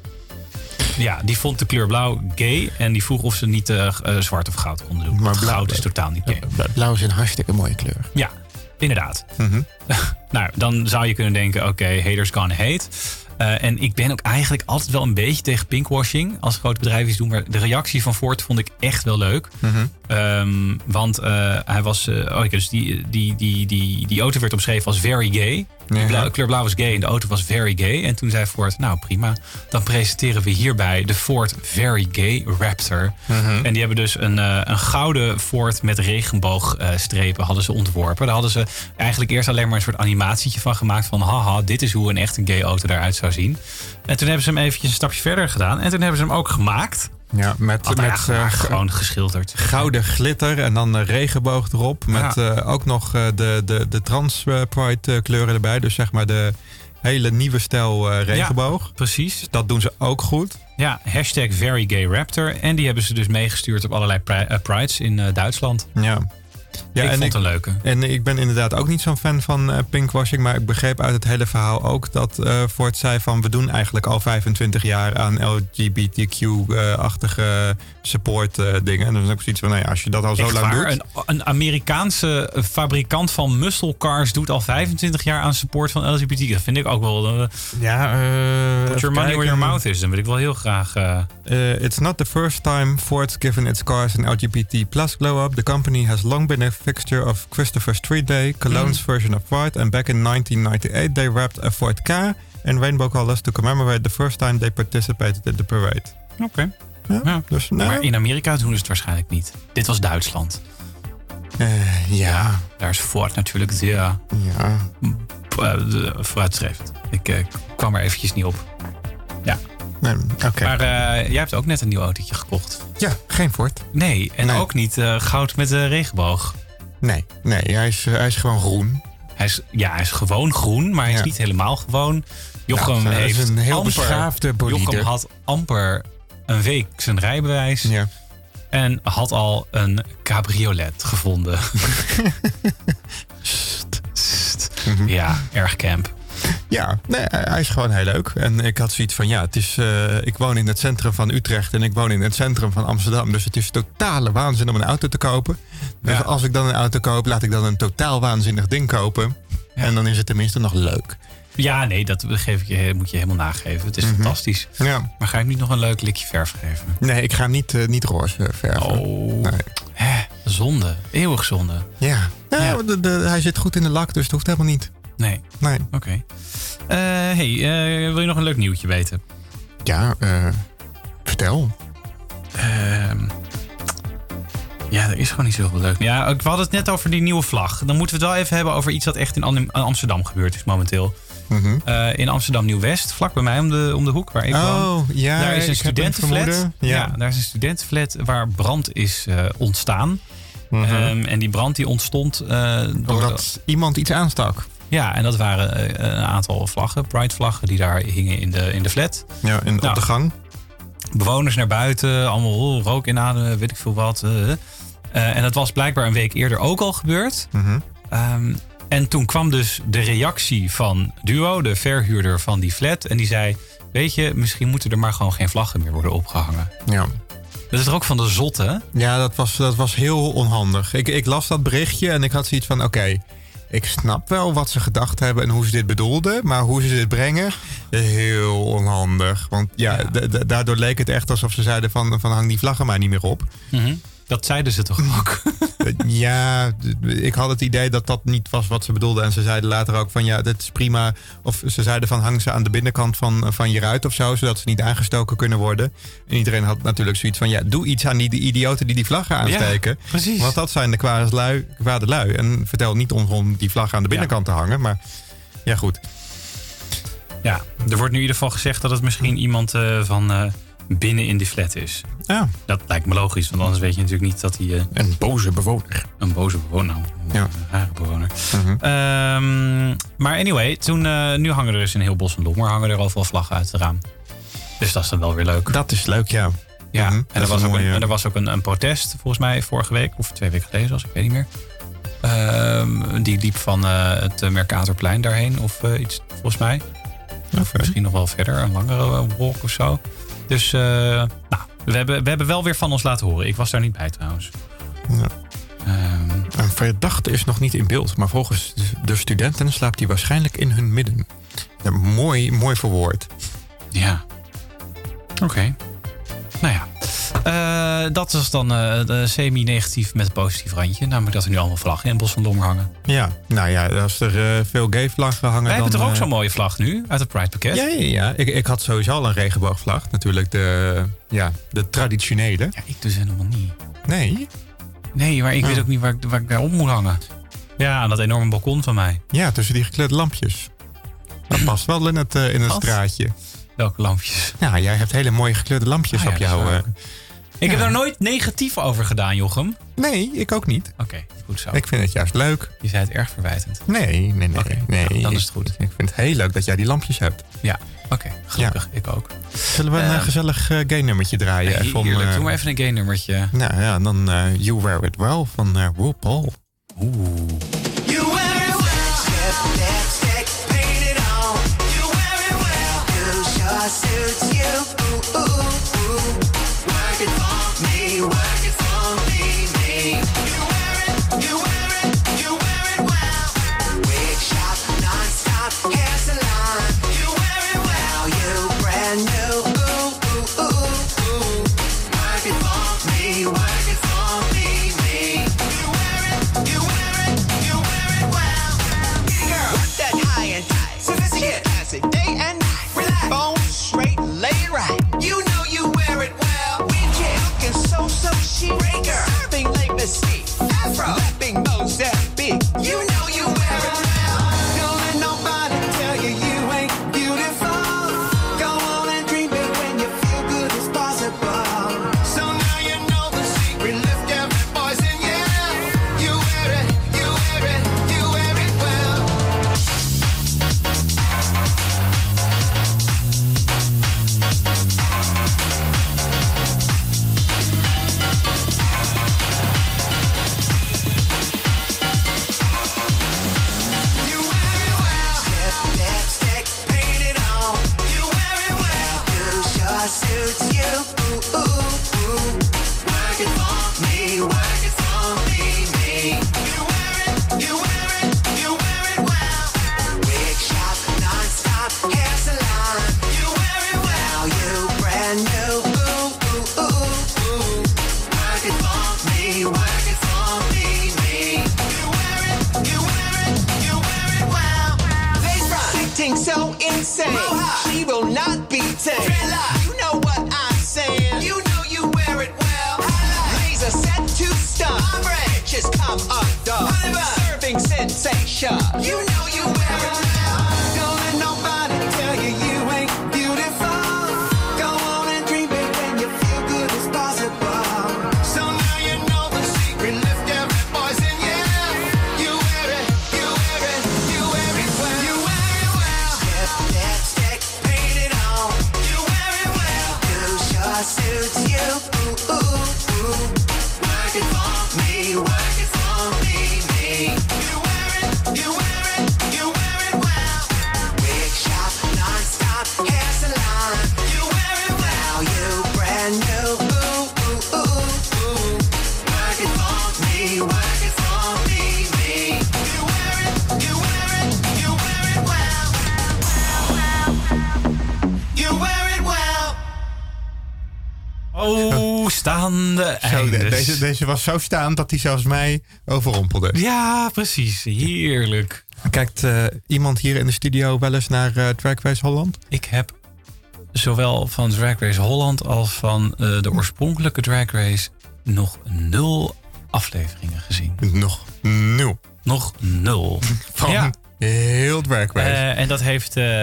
Ja, die vond de kleur blauw gay. En die vroeg of ze niet uh, uh, zwart of goud konden doen. Maar Want blauw- goud is totaal niet gay. Blauw is een hartstikke mooie kleur. Ja, inderdaad. Mhm. Nou, dan zou je kunnen denken, oké, okay, haters gonna hate. Uh, en ik ben ook eigenlijk altijd wel een beetje tegen pinkwashing als grote bedrijven iets doen. Maar de reactie van Ford vond ik echt wel leuk. Mhm. Um, want uh, hij was. Uh, oh, dus die, die, die, die, die auto werd omschreven als very gay. De Ja. blauw, kleur blauw was gay en de auto was very gay. En toen zei Ford, nou prima, dan presenteren we hierbij de Ford Very Gay Raptor. Mhm. En die hebben dus een, uh, een gouden Ford met regenboogstrepen hadden ze ontworpen. Daar hadden ze eigenlijk eerst alleen maar een soort animatietje van gemaakt. Van haha, dit is hoe een echte gay auto eruit zou zien. En toen hebben ze hem eventjes een stapje verder gedaan. En toen hebben ze hem ook gemaakt. Ja, met, Had hij met eigenlijk uh, gewoon geschilderd. gouden glitter en dan de regenboog erop. Met Ja. uh, ook nog uh, de, de, de trans uh, pride uh, kleuren erbij. Dus zeg maar de hele nieuwe stijl uh, regenboog. Precies. Dat doen ze ook goed. Ja, hashtag Very Gay Raptor. En die hebben ze dus meegestuurd op allerlei pri- uh, prides in uh, Duitsland. Ja. Ja, ik en vond ik, het een leuke. en ik ben inderdaad ook niet zo'n fan van uh, pinkwashing. Maar ik begreep uit het hele verhaal ook dat uh, Ford zei van... we doen eigenlijk al vijfentwintig jaar aan L G B T Q-achtige support uh, dingen. En dan is ook zoiets van, nou ja, als je dat al zo Echt lang waar? doet... Een, een Amerikaanse fabrikant van muscle cars doet al vijfentwintig jaar aan support van L G B T. Dat vind ik ook wel... Uh, Ja, uh, put your money where your mouth is. Dan wil ik wel heel graag... Uh, Uh, it's not the first time Ford's given its cars an L G B T plus glow-up. The company has long been a fixture of Christopher Street Day, Cologne's Mm. version of Pride, and back in nineteen ninety-eight they wrapped a Ford K in rainbow colors to commemorate the first time they participated in the parade. Oké. Okay. Ja, Ja. dus, nou, Maar in Amerika doen ze het waarschijnlijk niet. Dit was Duitsland. uh, ja, Daar is Ford natuurlijk zeer ja. uh, de- vooruitstrevend. Ik uh, kwam er eventjes niet op. Nee, Oké. Maar uh, jij hebt ook net een nieuw autootje gekocht. Ja, geen Ford. Nee, en Nee. ook niet uh, goud met de regenboog. Nee, nee hij, is, uh, hij is gewoon groen. Hij is, ja, hij is gewoon groen, maar hij is Ja. niet helemaal gewoon. Jochem Nou, hij is heeft een heel amper, beschaafde bolide. Jochem had amper een week zijn rijbewijs. Ja. En had al een cabriolet gevonden. Mhm. Ja, erg camp. Ja, nee, hij is gewoon heel leuk. En ik had zoiets van, ja, het is, uh, ik woon in het centrum van Utrecht en ik woon in het centrum van Amsterdam. Dus het is totale waanzin om een auto te kopen. Dus Ja. als ik dan een auto koop, laat ik dan een totaal waanzinnig ding kopen. Ja. En dan is het tenminste nog leuk. Ja, nee, dat geef ik je, moet je helemaal nageven. Het is Mhm. fantastisch. Ja. Maar ga ik nu nog een leuk likje verf geven? Nee, ik ga hem niet, uh, niet roze verven. Oh, Nee. hè, zonde. Eeuwig zonde. Ja, ja, Ja. De, de, hij zit goed in de lak, dus het hoeft helemaal niet. Nee, Nee. oké. Okay. Uh, hey, uh, wil je nog een leuk nieuwtje weten? Ja, uh, vertel. Uh, ja, er is gewoon niet zoveel leuk. Ja, we hadden het net over die nieuwe vlag. Dan moeten we het wel even hebben over iets dat echt in Am- Amsterdam gebeurd is momenteel. Mhm. Uh, in Amsterdam Nieuw-West, vlak bij mij om de, om de hoek waar ik woon. Oh, ja, daar is een ik heb een studentenflat. vermoeden. Ja. Ja. daar is een studentenflat waar brand is uh, ontstaan. Mhm. Um, en die brand die ontstond uh, door... Omdat iemand iets aanstak. Ja, en dat waren uh, een aantal vlaggen, Pride-vlaggen, die daar hingen in de, in de flat. Ja, in, Nou. op de gang. Bewoners naar buiten, allemaal oh, rook inademen, weet ik veel wat. Uh, uh, en dat was blijkbaar een week eerder ook al gebeurd. Mhm. Um, En toen kwam dus de reactie van Duo, de verhuurder van die flat. En die zei, weet je, misschien moeten er maar gewoon geen vlaggen meer worden opgehangen. Ja. Dat is er ook van de zotte. Ja, dat was, dat was heel onhandig. Ik, ik las dat berichtje en ik had zoiets van, oké, okay, ik snap wel wat ze gedacht hebben en hoe ze dit bedoelden. Maar hoe ze dit brengen, heel onhandig. Want ja, ja. D- d- daardoor leek het echt alsof ze zeiden van, van hang die vlaggen maar niet meer op. Mm-hmm. Dat zeiden ze toch ook? Ja, ik had het idee dat dat niet was wat ze bedoelden. En ze zeiden later ook van ja, dit is prima. Of ze zeiden van hang ze aan de binnenkant van, van je ruit of zo. Zodat ze niet aangestoken kunnen worden. En iedereen had natuurlijk zoiets van ja, doe iets aan die, die idioten die die vlaggen aansteken. Ja, precies. Want dat zijn de kwade lui, kwade lui. En vertel niet ons om die vlaggen aan de binnenkant ja. te hangen. Maar ja, goed. Ja, er wordt nu in ieder geval gezegd dat het misschien iemand uh, van... Uh, binnen in die flat is. Ja. Dat lijkt me logisch, want anders weet je natuurlijk niet dat hij... Uh, een boze bewoner. Een boze bewoner. Ja. Een rare bewoner. Mm-hmm. Um, maar anyway, toen, uh, nu hangen er dus een heel bos van Lommer, hangen er overal vlaggen uit het raam. Dus dat is dan wel weer leuk. Dat is leuk, ja. Ja, mm-hmm. en er was, ook een, er was ook een, een protest, volgens mij, vorige week, of twee weken geleden zelfs, ik weet niet meer. Uh, die liep van uh, het Mercatorplein daarheen, of uh, iets, volgens mij. Okay. Of misschien nog wel verder, een langere walk of zo. Dus uh, nou, we, hebben, we hebben wel weer van ons laten horen. Ik was daar niet bij trouwens. Ja. Um, een verdachte is nog niet in beeld. Maar volgens de studenten slaapt hij waarschijnlijk in hun midden. Ja, mooi, mooi verwoord. Ja. Oké. Okay. Nou ja. Uh, dat is dan uh, semi-negatief met een positief randje. Namelijk dat er nu allemaal vlaggen in het bos van Lommer hangen. Ja, nou ja, als er uh, veel gay vlaggen hangen... Wij dan, hebben toch ook uh, zo'n mooie vlag nu uit het Pride pakket? Ja, ja, ja. Ik, ik had sowieso al een regenboogvlag. Natuurlijk de, ja, de traditionele. Ja, ik dus helemaal niet. Nee? Nee, maar ik oh. weet ook niet waar, waar ik daar op moet hangen. Ja, aan dat enorme balkon van mij. Ja, tussen die gekleurde lampjes. Dat past wel in het, uh, in het straatje. Welke lampjes? Ja, jij hebt hele mooie gekleurde lampjes ah, ja, op jouw... Uh, ik ja. heb er nooit negatief over gedaan, Jochem. Nee, ik ook niet. Oké, okay, goed zo. Ik vind het juist leuk. Je zei het erg verwijtend. Nee, nee, nee. Okay, nee. Nou, dan is het goed. Ik, ik vind het heel leuk dat jij die lampjes hebt. Ja, oké. Okay, gelukkig. Ja. Ik ook. Zullen we een uh, gezellig uh, gay nummertje draaien? Nee, even om, heerlijk. uh, Doe maar even een gay nummertje. Nou ja, dan uh, You Wear It Well van uh, RuPaul. Oeh. You wear it well. Chip, lipstick, paint it on. You wear it well. You sure suits you. Ooh, ooh, ooh. Work it for me, work it for me, me. You wear it, you wear it, you wear it well. Wig shop, non-stop, hair salon. You wear it well, you brand new. Ooh, ooh, ooh, ooh. Work it for me, work it for me, me. You wear it, you wear it, you wear it well. Girl, rock that high and tight, sophisticated, classic, day and night. Relax, bone straight, lay it right. You know you wear it well. Looking so, so chic. Breaker. Serving like Mystique. Afro. Rapping Mozambique. You know you wear it well. Don't let nobody tell you you ain't beautiful. Go on and dream big when you feel good as possible. So now you know the secret. Lift every voice and yeah. You wear it, you wear it, you wear it well. You wear it well. Lip, lipstick, paint it on. You wear it well. You sure suits you. Ooh, ooh, ooh. Work it for me, work it for me, me. You wear it, you wear it, you wear it well. Wig shop, non-stop, hair salon. You wear it well. You brand new. Ooh, ooh, ooh, ooh. Work it for me, work it for me, me. You wear it, you wear it, you wear it well. They run, acting so insane. She will not be tamed. You know what I'm saying. You know you wear it well. Laser set to stun. Just come undone. Serving sensation. You know you wear it well. Don't let nobody tell you you ain't beautiful. Go on and dream big when you feel good as possible. So now you know the secret. Lift every voice and yeah. You wear it, you wear it, you wear it well. You wear it well. Lip, lipstick, paint it on. You wear it well. staande Zo, de- eindes. deze, deze was zo staand dat hij zelfs mij overrompelde. Ja, precies. Heerlijk. Kijkt uh, iemand hier in de studio wel eens naar uh, Drag Race Holland? Ik heb zowel van Drag Race Holland als van uh, de oorspronkelijke Drag Race nog nul afleveringen gezien. Nog nul. Nog nul. Van Ja. heel Drag Race. Uh, en dat heeft uh,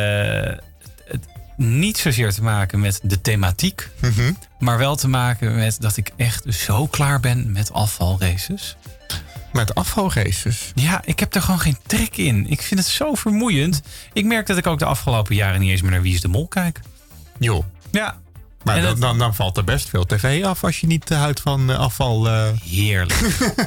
het niet zozeer te maken met de thematiek, mm-hmm. maar wel te maken met dat ik echt zo klaar ben met afvalraces. Met afvalraces? Ja, ik heb er gewoon geen trek in. Ik vind het zo vermoeiend. Ik merk dat ik ook de afgelopen jaren niet eens meer naar Wie is de Mol kijk. Joh. Ja. Maar En dan, het- dan, dan valt er best veel tv af als je niet houdt van uh, afval. Uh... Heerlijk.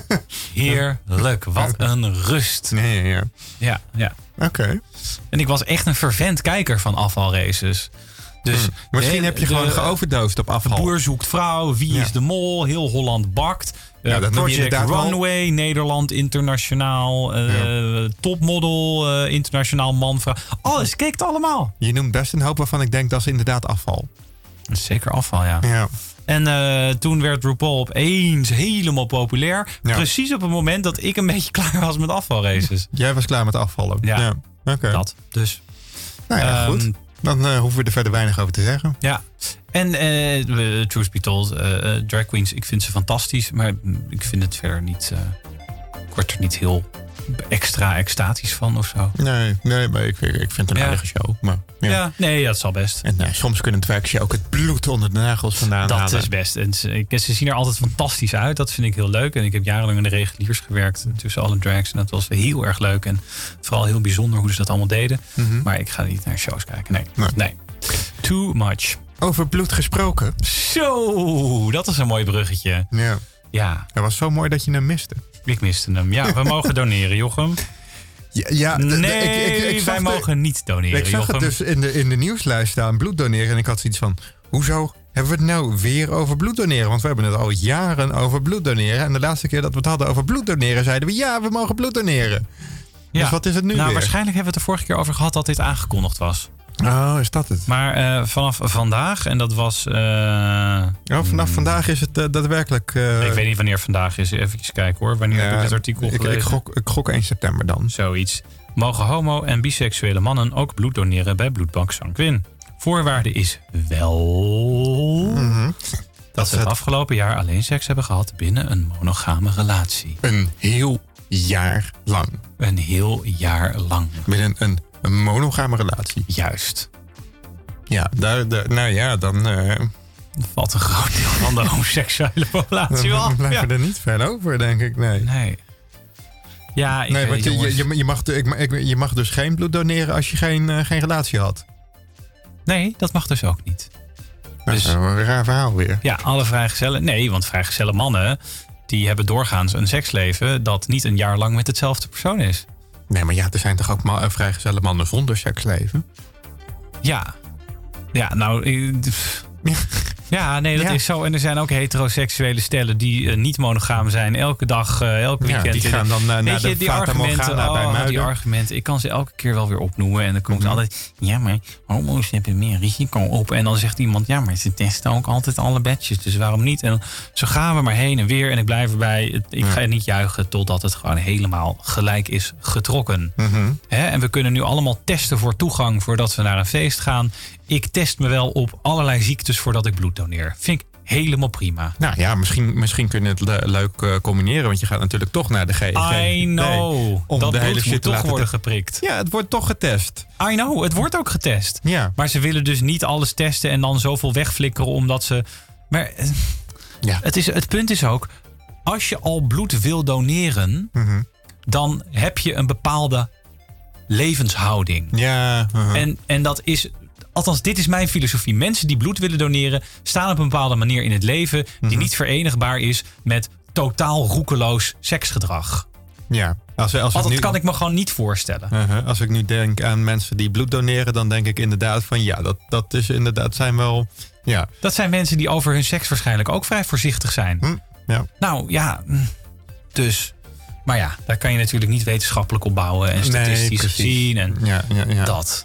Heerlijk. Wat een rust. Nee, ja, ja. Ja, ja. Oké. Okay. En ik was echt een fervent kijker van afvalraces. Dus Hmm. Misschien de- heb je de- gewoon geoverdosed op afval. Boer zoekt vrouw, Wie Ja. is de Mol, Heel Holland bakt. Uh, Ja, dat noem je Project inderdaad wel- Runway, Nederland internationaal. Uh, Topmodel, uh, internationaal man, vrouw. Alles, ik keek het allemaal. Je noemt best een hoop waarvan ik denk dat is inderdaad afval. Dat is zeker afval, ja. Ja. En uh, toen werd RuPaul opeens helemaal populair. Ja. Precies op het moment dat ik een beetje klaar was met afvalraces. Jij was klaar met afvallen. Ja. ja. Oké. Okay. Dat, dus. Nou ja, goed. Um, Dan uh, hoeven we er verder weinig over te zeggen. Ja, en uh, truth be told, uh, uh, drag queens, ik vind ze fantastisch, maar ik vind het verder niet, uh, ik word er niet heel extra extatisch van of zo. Nee, nee, maar ik, ik vind het een Ja. aardige show. Maar, ja. Ja, nee, ja, dat zal best. En uh, soms kunnen dragjes ook het bloed onder de nagels vandaan Dat halen. is best. En ze, ik- ze zien er altijd fantastisch uit. Dat vind ik heel leuk. En ik heb jarenlang in de reguliers gewerkt tussen alle drags. En dat was heel erg leuk. En vooral heel bijzonder hoe ze dat allemaal deden. Mm-hmm. Maar ik ga niet naar shows kijken. Nee, Nee. nee. Too much. Over bloed gesproken. Zo, dat is een mooi bruggetje. Ja. Ja, Dat was zo mooi dat je hem miste. ik miste hem. Ja, we mogen doneren, Jochem. Ja, ja d- d- Nee, ik, ik, ik zag wij de- mogen niet doneren, Ik zag Jochem. het dus in de, in de nieuwslijst staan, bloed doneren. En ik had zoiets van, hoezo hebben we het nou weer over bloed doneren? Want we hebben het al jaren over bloed doneren. En de laatste keer dat we het hadden over bloed doneren, zeiden we, ja, we mogen bloed doneren. Ja. Dus wat is het nu Nou, weer? waarschijnlijk hebben we het de vorige keer over gehad dat dit aangekondigd was. Oh, is dat het? Maar uh, vanaf vandaag, en dat was... Uh, Oh, vanaf hmm, vandaag is het uh, daadwerkelijk... Uh, Ik weet niet wanneer vandaag is. Even kijken hoor. Wanneer ja, heb ik dit artikel ik, gelezen? ik, gok, ik gok één september dan. Zoiets. Mogen homo- en biseksuele mannen ook bloed doneren bij Bloedbank Sanquin? Voorwaarde is wel... Mm-hmm. dat ze het het- afgelopen jaar alleen seks hebben gehad binnen een monogame relatie. Een heel jaar lang. Een heel jaar lang. Met een, een, een monogame relatie. Juist. Ja, daar, daar, nou ja, dan, uh, Er valt een groot deel van de homoseksuele populatie dan af. blijven Ja. we er niet ver over, denk ik. Nee. Nee. Ja, ik Nee, weet, want je, jongens. je, je, mag, ik, ik, je mag dus geen bloed doneren als je geen, uh, geen relatie had. Nee, dat mag dus ook niet. Nou, Dus- dat is een raar verhaal weer. Ja, alle vrijgezellen... Nee, want vrijgezelle mannen... die hebben doorgaans een seksleven... dat niet een jaar lang met hetzelfde persoon is. Nee, maar ja, er zijn toch ook ma- vrijgezelle mannen zonder seksleven? Ja. Ja, nou... ik- pff. Ja, nee, dat Ja. is zo. En er zijn ook heteroseksuele stellen die uh, niet monogaam zijn. Elke dag, uh, elke Ja, weekend. die gaan dan uh, naar Weet je, de die Fata argumenten, Morgana bij oh, die Muiden. argumenten, ik kan ze elke keer wel weer opnoemen. En dan komt Mhm. altijd, ja, maar homo's hebben meer risico op. En dan zegt iemand, ja, maar ze testen ook altijd alle badges. Dus waarom niet? En zo gaan we maar heen en weer. En ik blijf erbij. Het- Ik Ja. ga niet juichen totdat het gewoon helemaal gelijk is getrokken. Mhm. Hè? En we kunnen nu allemaal testen voor toegang voordat we naar een feest gaan. Ik test me wel op allerlei ziektes voordat ik bloed doneer. Vind ik helemaal prima. Nou ja, misschien, misschien kun je het le- leuk uh, combineren. Want je gaat natuurlijk toch naar de G G D. I know. om dat de hele bloed shit moet te toch laten worden te- geprikt. Ja, het wordt toch getest. I know, het wordt ook getest. Ja. Maar ze willen dus niet alles testen en dan zoveel wegflikkeren omdat ze... Maar eh, Ja. het, is, het punt is ook, als je al bloed wil doneren, Mhm. dan heb je een bepaalde levenshouding. Ja. uh-huh. En, en dat is... Althans, dit is mijn filosofie. Mensen die bloed willen doneren... staan op een bepaalde manier in het leven... die Mhm. niet verenigbaar is met totaal roekeloos seksgedrag. Ja. Als, als, Want ik dat nu, kan ik me gewoon niet voorstellen. uh-huh. als ik nu denk aan mensen die bloed doneren... dan denk ik inderdaad van ja, dat, dat is inderdaad zijn wel... Ja. Dat zijn mensen die over hun seks waarschijnlijk ook vrij voorzichtig zijn. Hm, ja. Nou ja, mm, dus... Maar ja, daar kan je natuurlijk niet wetenschappelijk op bouwen... en statistisch precies. gezien en Ja, ja, ja. dat.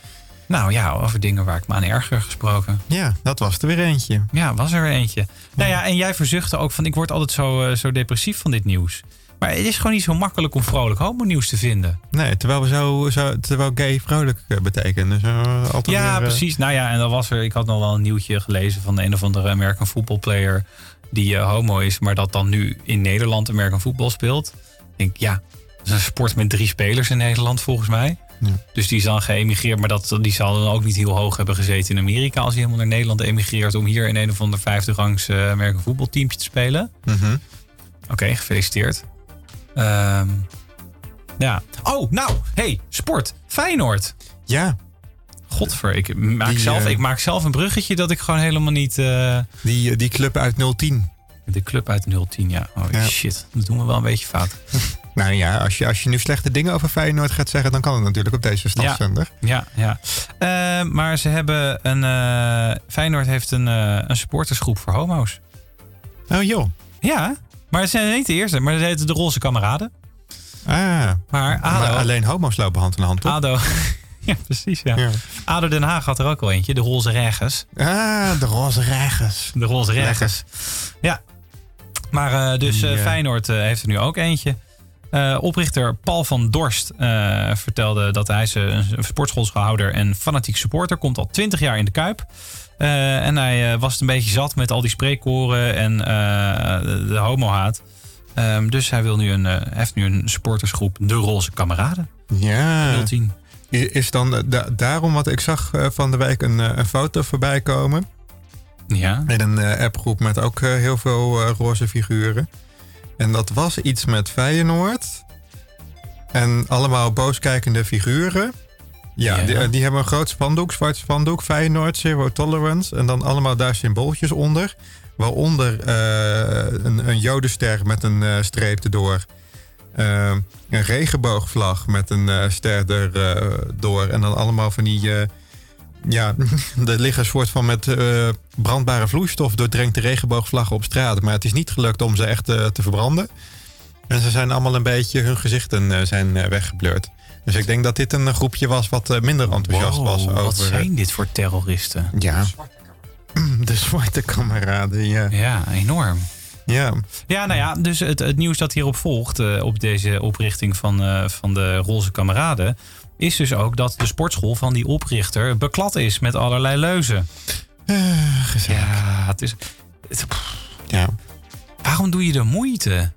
Nou ja, over dingen waar ik me aan erger gesproken. Ja, dat was er weer eentje. Ja, was er weer eentje. Nou ja, en jij verzuchtte ook van... ik word altijd zo, uh, zo depressief van dit nieuws. Maar het is gewoon niet zo makkelijk om vrolijk homo-nieuws te vinden. Nee, terwijl we zo, zo terwijl gay vrolijk uh, betekent. Dus, uh, altijd ja, weer, uh... precies. Nou ja, en dan was er... ik had nog wel een nieuwtje gelezen van de een of andere American football player... die uh, homo is, maar dat dan nu in Nederland American football speelt. Ik denk, ja, dat is een sport met drie spelers in Nederland volgens mij. Ja. Dus die is dan geëmigreerd, maar dat, die zal dan ook niet heel hoog hebben gezeten in Amerika... als hij helemaal naar Nederland emigreert... om hier in een of ander vijfde rangs uh, American voetbalteampje te spelen. Mm-hmm. Oké, okay, gefeliciteerd. Um, ja. Oh, nou, hey, sport. Feyenoord. Ja. Godver, ik maak, die, zelf, uh, ik maak zelf een bruggetje dat ik gewoon helemaal niet... Uh... Die, die club uit nul tien. De club uit nul tien, ja. Oh ja. Shit, dat doen we wel een beetje fout. Nou ja, als je, als je nu slechte dingen over Feyenoord gaat zeggen... dan kan het natuurlijk op deze stadszender. Ja, ja. ja. Uh, maar ze hebben een... Uh, Feyenoord heeft een, uh, een supportersgroep voor homo's. Oh joh. Ja, maar het zijn niet de eerste. Maar ze heten de Roze Kameraden. Ah, maar, ADO, maar alleen homo's lopen hand in hand, toch? ADO... Ja, precies, ja. ja. ADO Den Haag had er ook al eentje. De Roze Regens. Ah, de Roze Regens. De Roze Regens. Ja. Maar uh, dus uh, yeah. Feyenoord uh, heeft er nu ook eentje. Uh, oprichter Paul van Dorst uh, vertelde dat hij is een, een sportschoolhouder en fanatiek supporter. Komt al twintig jaar in de Kuip. Uh, en hij uh, was het een beetje zat met al die spreekkoren en uh, de, de homohaat. Um, dus hij wil nu een, uh, heeft nu een supportersgroep, de Roze Kameraden. Ja. nul tien. Is dan da- daarom wat ik zag uh, van de week een, uh, een foto voorbij komen. Ja. In een uh, appgroep met ook uh, heel veel uh, roze figuren. En dat was iets met Feyenoord. En allemaal booskijkende figuren. Ja, ja. Die, uh, die hebben een groot spandoek, zwart spandoek. Feyenoord, Zero Tolerance. En dan allemaal daar symbooltjes onder. Waaronder uh, een, een jodenster met een uh, streep erdoor. Uh, een regenboogvlag met een uh, ster erdoor. Uh, en dan allemaal van die... Uh, ja, er liggen een soort van met uh, brandbare vloeistof doordrenkte regenboogvlaggen op straat. Maar het is niet gelukt om ze echt uh, te verbranden. En ze zijn allemaal een beetje... hun gezichten uh, zijn uh, weggeblurred. Dus ik denk dat dit een groepje was wat uh, minder enthousiast wow, was. Over, wat zijn dit voor terroristen? Ja, de zwarte kameraden, ja. Ja, enorm. Ja. Ja, nou ja, dus het, het nieuws dat hierop volgt, uh, op deze oprichting van, uh, van de Roze Kameraden, is dus ook dat de sportschool van die oprichter beklad is met allerlei leuzen. Uh, gezellig. Ja, het is... Het, ja. Waarom doe je de moeite?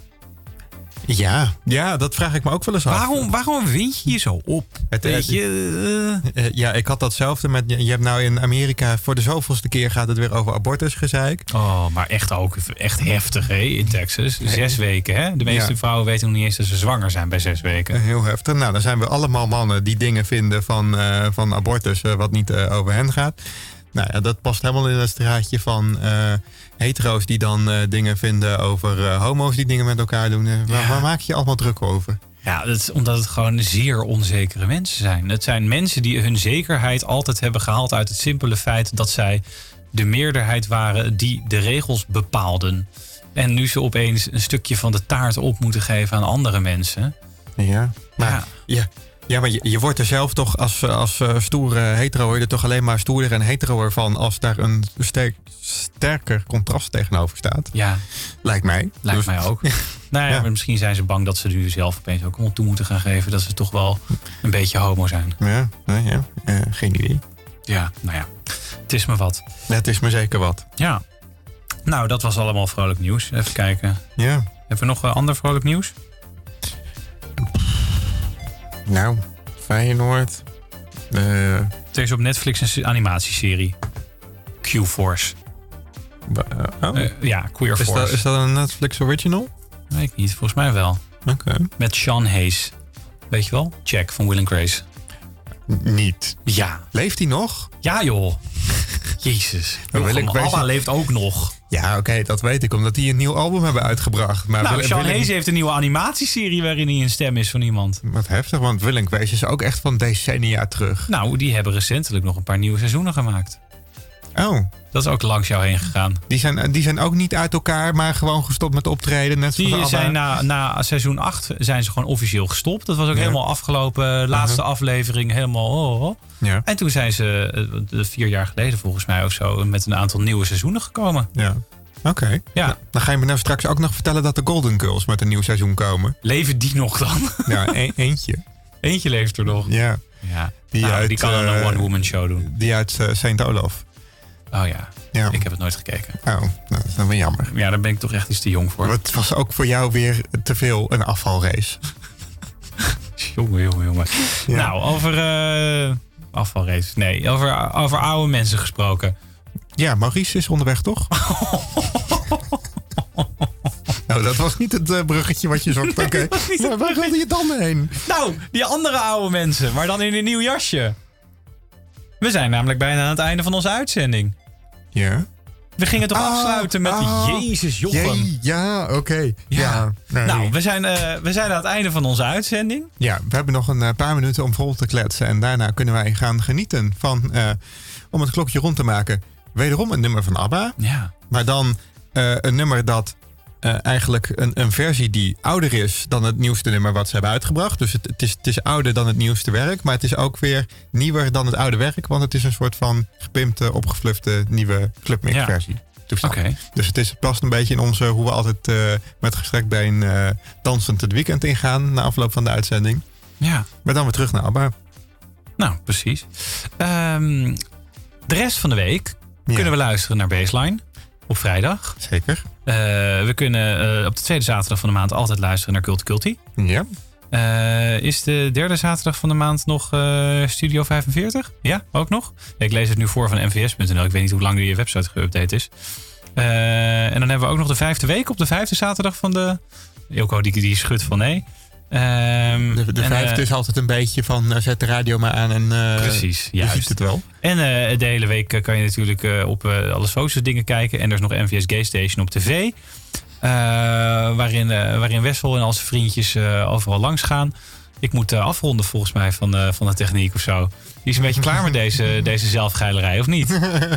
Ja, ja, dat vraag ik me ook wel eens af. Waarom, waarom wind je je zo op? Het, Weet je, uh... Uh, ja, ik had datzelfde met... Je hebt nou in Amerika voor de zoveelste keer gaat het weer over abortusgezeik. Oh, maar echt ook echt heftig, hè, in Texas. Zes weken, hè? De meeste ja. vrouwen weten nog niet eens dat ze zwanger zijn bij zes weken. Heel heftig. Nou, dan zijn we allemaal mannen die dingen vinden van, uh, van abortus... Uh, wat niet uh, over hen gaat. Nou ja, dat past helemaal in het straatje van uh, hetero's die dan uh, dingen vinden over uh, homo's die dingen met elkaar doen. Uh, waar, ja. waar maak je je allemaal druk over? Ja, dat is omdat het gewoon zeer onzekere mensen zijn. Het zijn mensen die hun zekerheid altijd hebben gehaald uit het simpele feit dat zij de meerderheid waren die de regels bepaalden. En nu ze opeens een stukje van de taart op moeten geven aan andere mensen. Ja, maar ja. ja. Ja, maar je, je wordt er zelf toch als, als uh, stoere hetero... word je er toch alleen maar stoerder en heteroer van... als daar een sterk, sterker contrast tegenover staat. Ja. Lijkt mij. Lijkt dus, mij ook. Nou ja, ja. maar misschien zijn ze bang dat ze nu zelf opeens ook allemaal toe moeten gaan geven... dat ze toch wel een beetje homo zijn. Ja, nou ja uh, geen idee. Ja, nou ja. Het is me wat. Het is me zeker wat. Ja. Nou, dat was allemaal vrolijk nieuws. Even kijken. Ja. Hebben we nog uh, ander vrolijk nieuws? Nou, Feyenoord. Uh, er is op Netflix een animatieserie. Q-Force. Uh, oh. uh, ja, Queer is Force. Dat, is dat een Netflix original? Weet ik niet, volgens mij wel. Oké. Okay. Met Sean Hayes. Weet je wel? Jack van Will and Grace. N- niet. Ja. Leeft hij nog? Ja joh. Jezus. ABBA leeft ook nog. Ja, oké, okay, dat weet ik, omdat die een nieuw album hebben uitgebracht. Maar nou, Will, Sean Will Hayes heeft een nieuwe animatieserie waarin hij een stem is van iemand. Wat heftig, want Will and Grace is ook echt van decennia terug. Nou, die hebben recentelijk nog een paar nieuwe seizoenen gemaakt. Oh, Dat is ook langs jou heen gegaan. die zijn, die zijn ook niet uit elkaar, maar gewoon gestopt met optreden. Net zoals Die ABBA. zijn na, na seizoen acht zijn ze gewoon officieel gestopt. Dat was ook Ja. helemaal afgelopen. Laatste Uh-huh. aflevering, helemaal... Oh, oh. Ja, En toen zijn ze eh, vier jaar geleden volgens mij of zo... met een aantal nieuwe seizoenen gekomen. ja. Oké. Ja. Nou, dan ga je me nou straks ook nog vertellen dat de Golden Girls met een nieuw seizoen komen. Leven die nog dan? Ja, e- eentje. Eentje leeft er nog. Ja, Ja. Die Die, nou, uit, die kan dan een eh, one-woman show doen. die uit uh, Saint Olaf. Oh ja, Ja. ik heb het nooit gekeken. Oh, nou, dat is dan wel jammer. Ja, daar ben ik toch echt iets te jong voor. Het was ook voor jou weer te veel een afvalrace. Jongen, jongen, jongen. Ja. Nou, over uh, afvalraces. Nee, over, over oude mensen gesproken. Ja, Maurice is onderweg, toch? Nou, dat was niet het uh, bruggetje wat je zocht. Oké. Maar waar wilde je dan heen? Nou, die andere oude mensen, maar dan in een nieuw jasje. We zijn namelijk bijna aan het einde van onze uitzending. Ja. We gingen toch Ah, afsluiten met ah, Jezus Jochem. Jee, ja, oké. Ja. Ja. nee. Nou, we zijn, uh, we zijn aan het einde van onze uitzending. Ja, we hebben nog een uh, paar minuten om vol te kletsen. En daarna kunnen wij gaan genieten van, uh, om het klokje rond te maken, wederom een nummer van ABBA. Ja. Maar dan uh, een nummer dat uh, eigenlijk een, een versie die ouder is dan het nieuwste nummer wat ze hebben uitgebracht. Dus het, het, is, het is ouder dan het nieuwste werk. Maar het is ook weer nieuwer dan het oude werk. Want het is een soort van gepimpte, opgeflufte nieuwe clubmix Ja. versie. Oké. Okay. Dus het, is, het past een beetje in onze, hoe we altijd uh, met gestrekt been uh, dansend het weekend ingaan na afloop van de uitzending. Ja. Maar dan weer terug naar ABBA. Nou, precies. Um, de rest van de week Ja. kunnen we luisteren naar Baseline op vrijdag. Zeker. Uh, we kunnen uh, op de tweede zaterdag van de maand altijd luisteren naar Culti Culti. Ja. Uh, is de derde zaterdag van de maand nog uh, Studio vijfenveertig? Ja, ook nog? Ja, ik lees het nu voor van n v s punt n l. Ik weet niet hoe lang die website geüpdate is. Uh, en dan hebben we ook nog de vijfde week op de vijfde zaterdag van de... Ilko die, die schudt van nee. Um, De, de en, vijfde uh, is altijd een beetje van uh, zet de radio maar aan en uh, precies, je juist. ziet het wel. En uh, de hele week uh, kan je natuurlijk uh, op uh, alle socials dingen kijken. En er is nog N V S Gay Station op tv. Uh, waarin, uh, waarin Wessel en al zijn vriendjes uh, overal langs gaan. Ik moet uh, afronden volgens mij van, uh, van de techniek of zo. Die is een beetje klaar met deze, deze zelfgeilerij, of niet?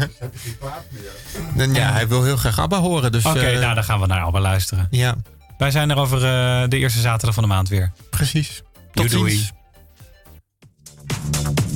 En ja, hij wil heel graag ABBA horen. Dus, Oké, okay, uh, nou dan gaan we naar ABBA luisteren. Ja. Wij zijn er over uh, de eerste zaterdag van de maand weer. Precies. Tot doei, ziens. Doei.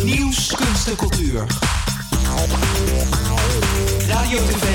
Nieuws, kunst en cultuur. Radio, tv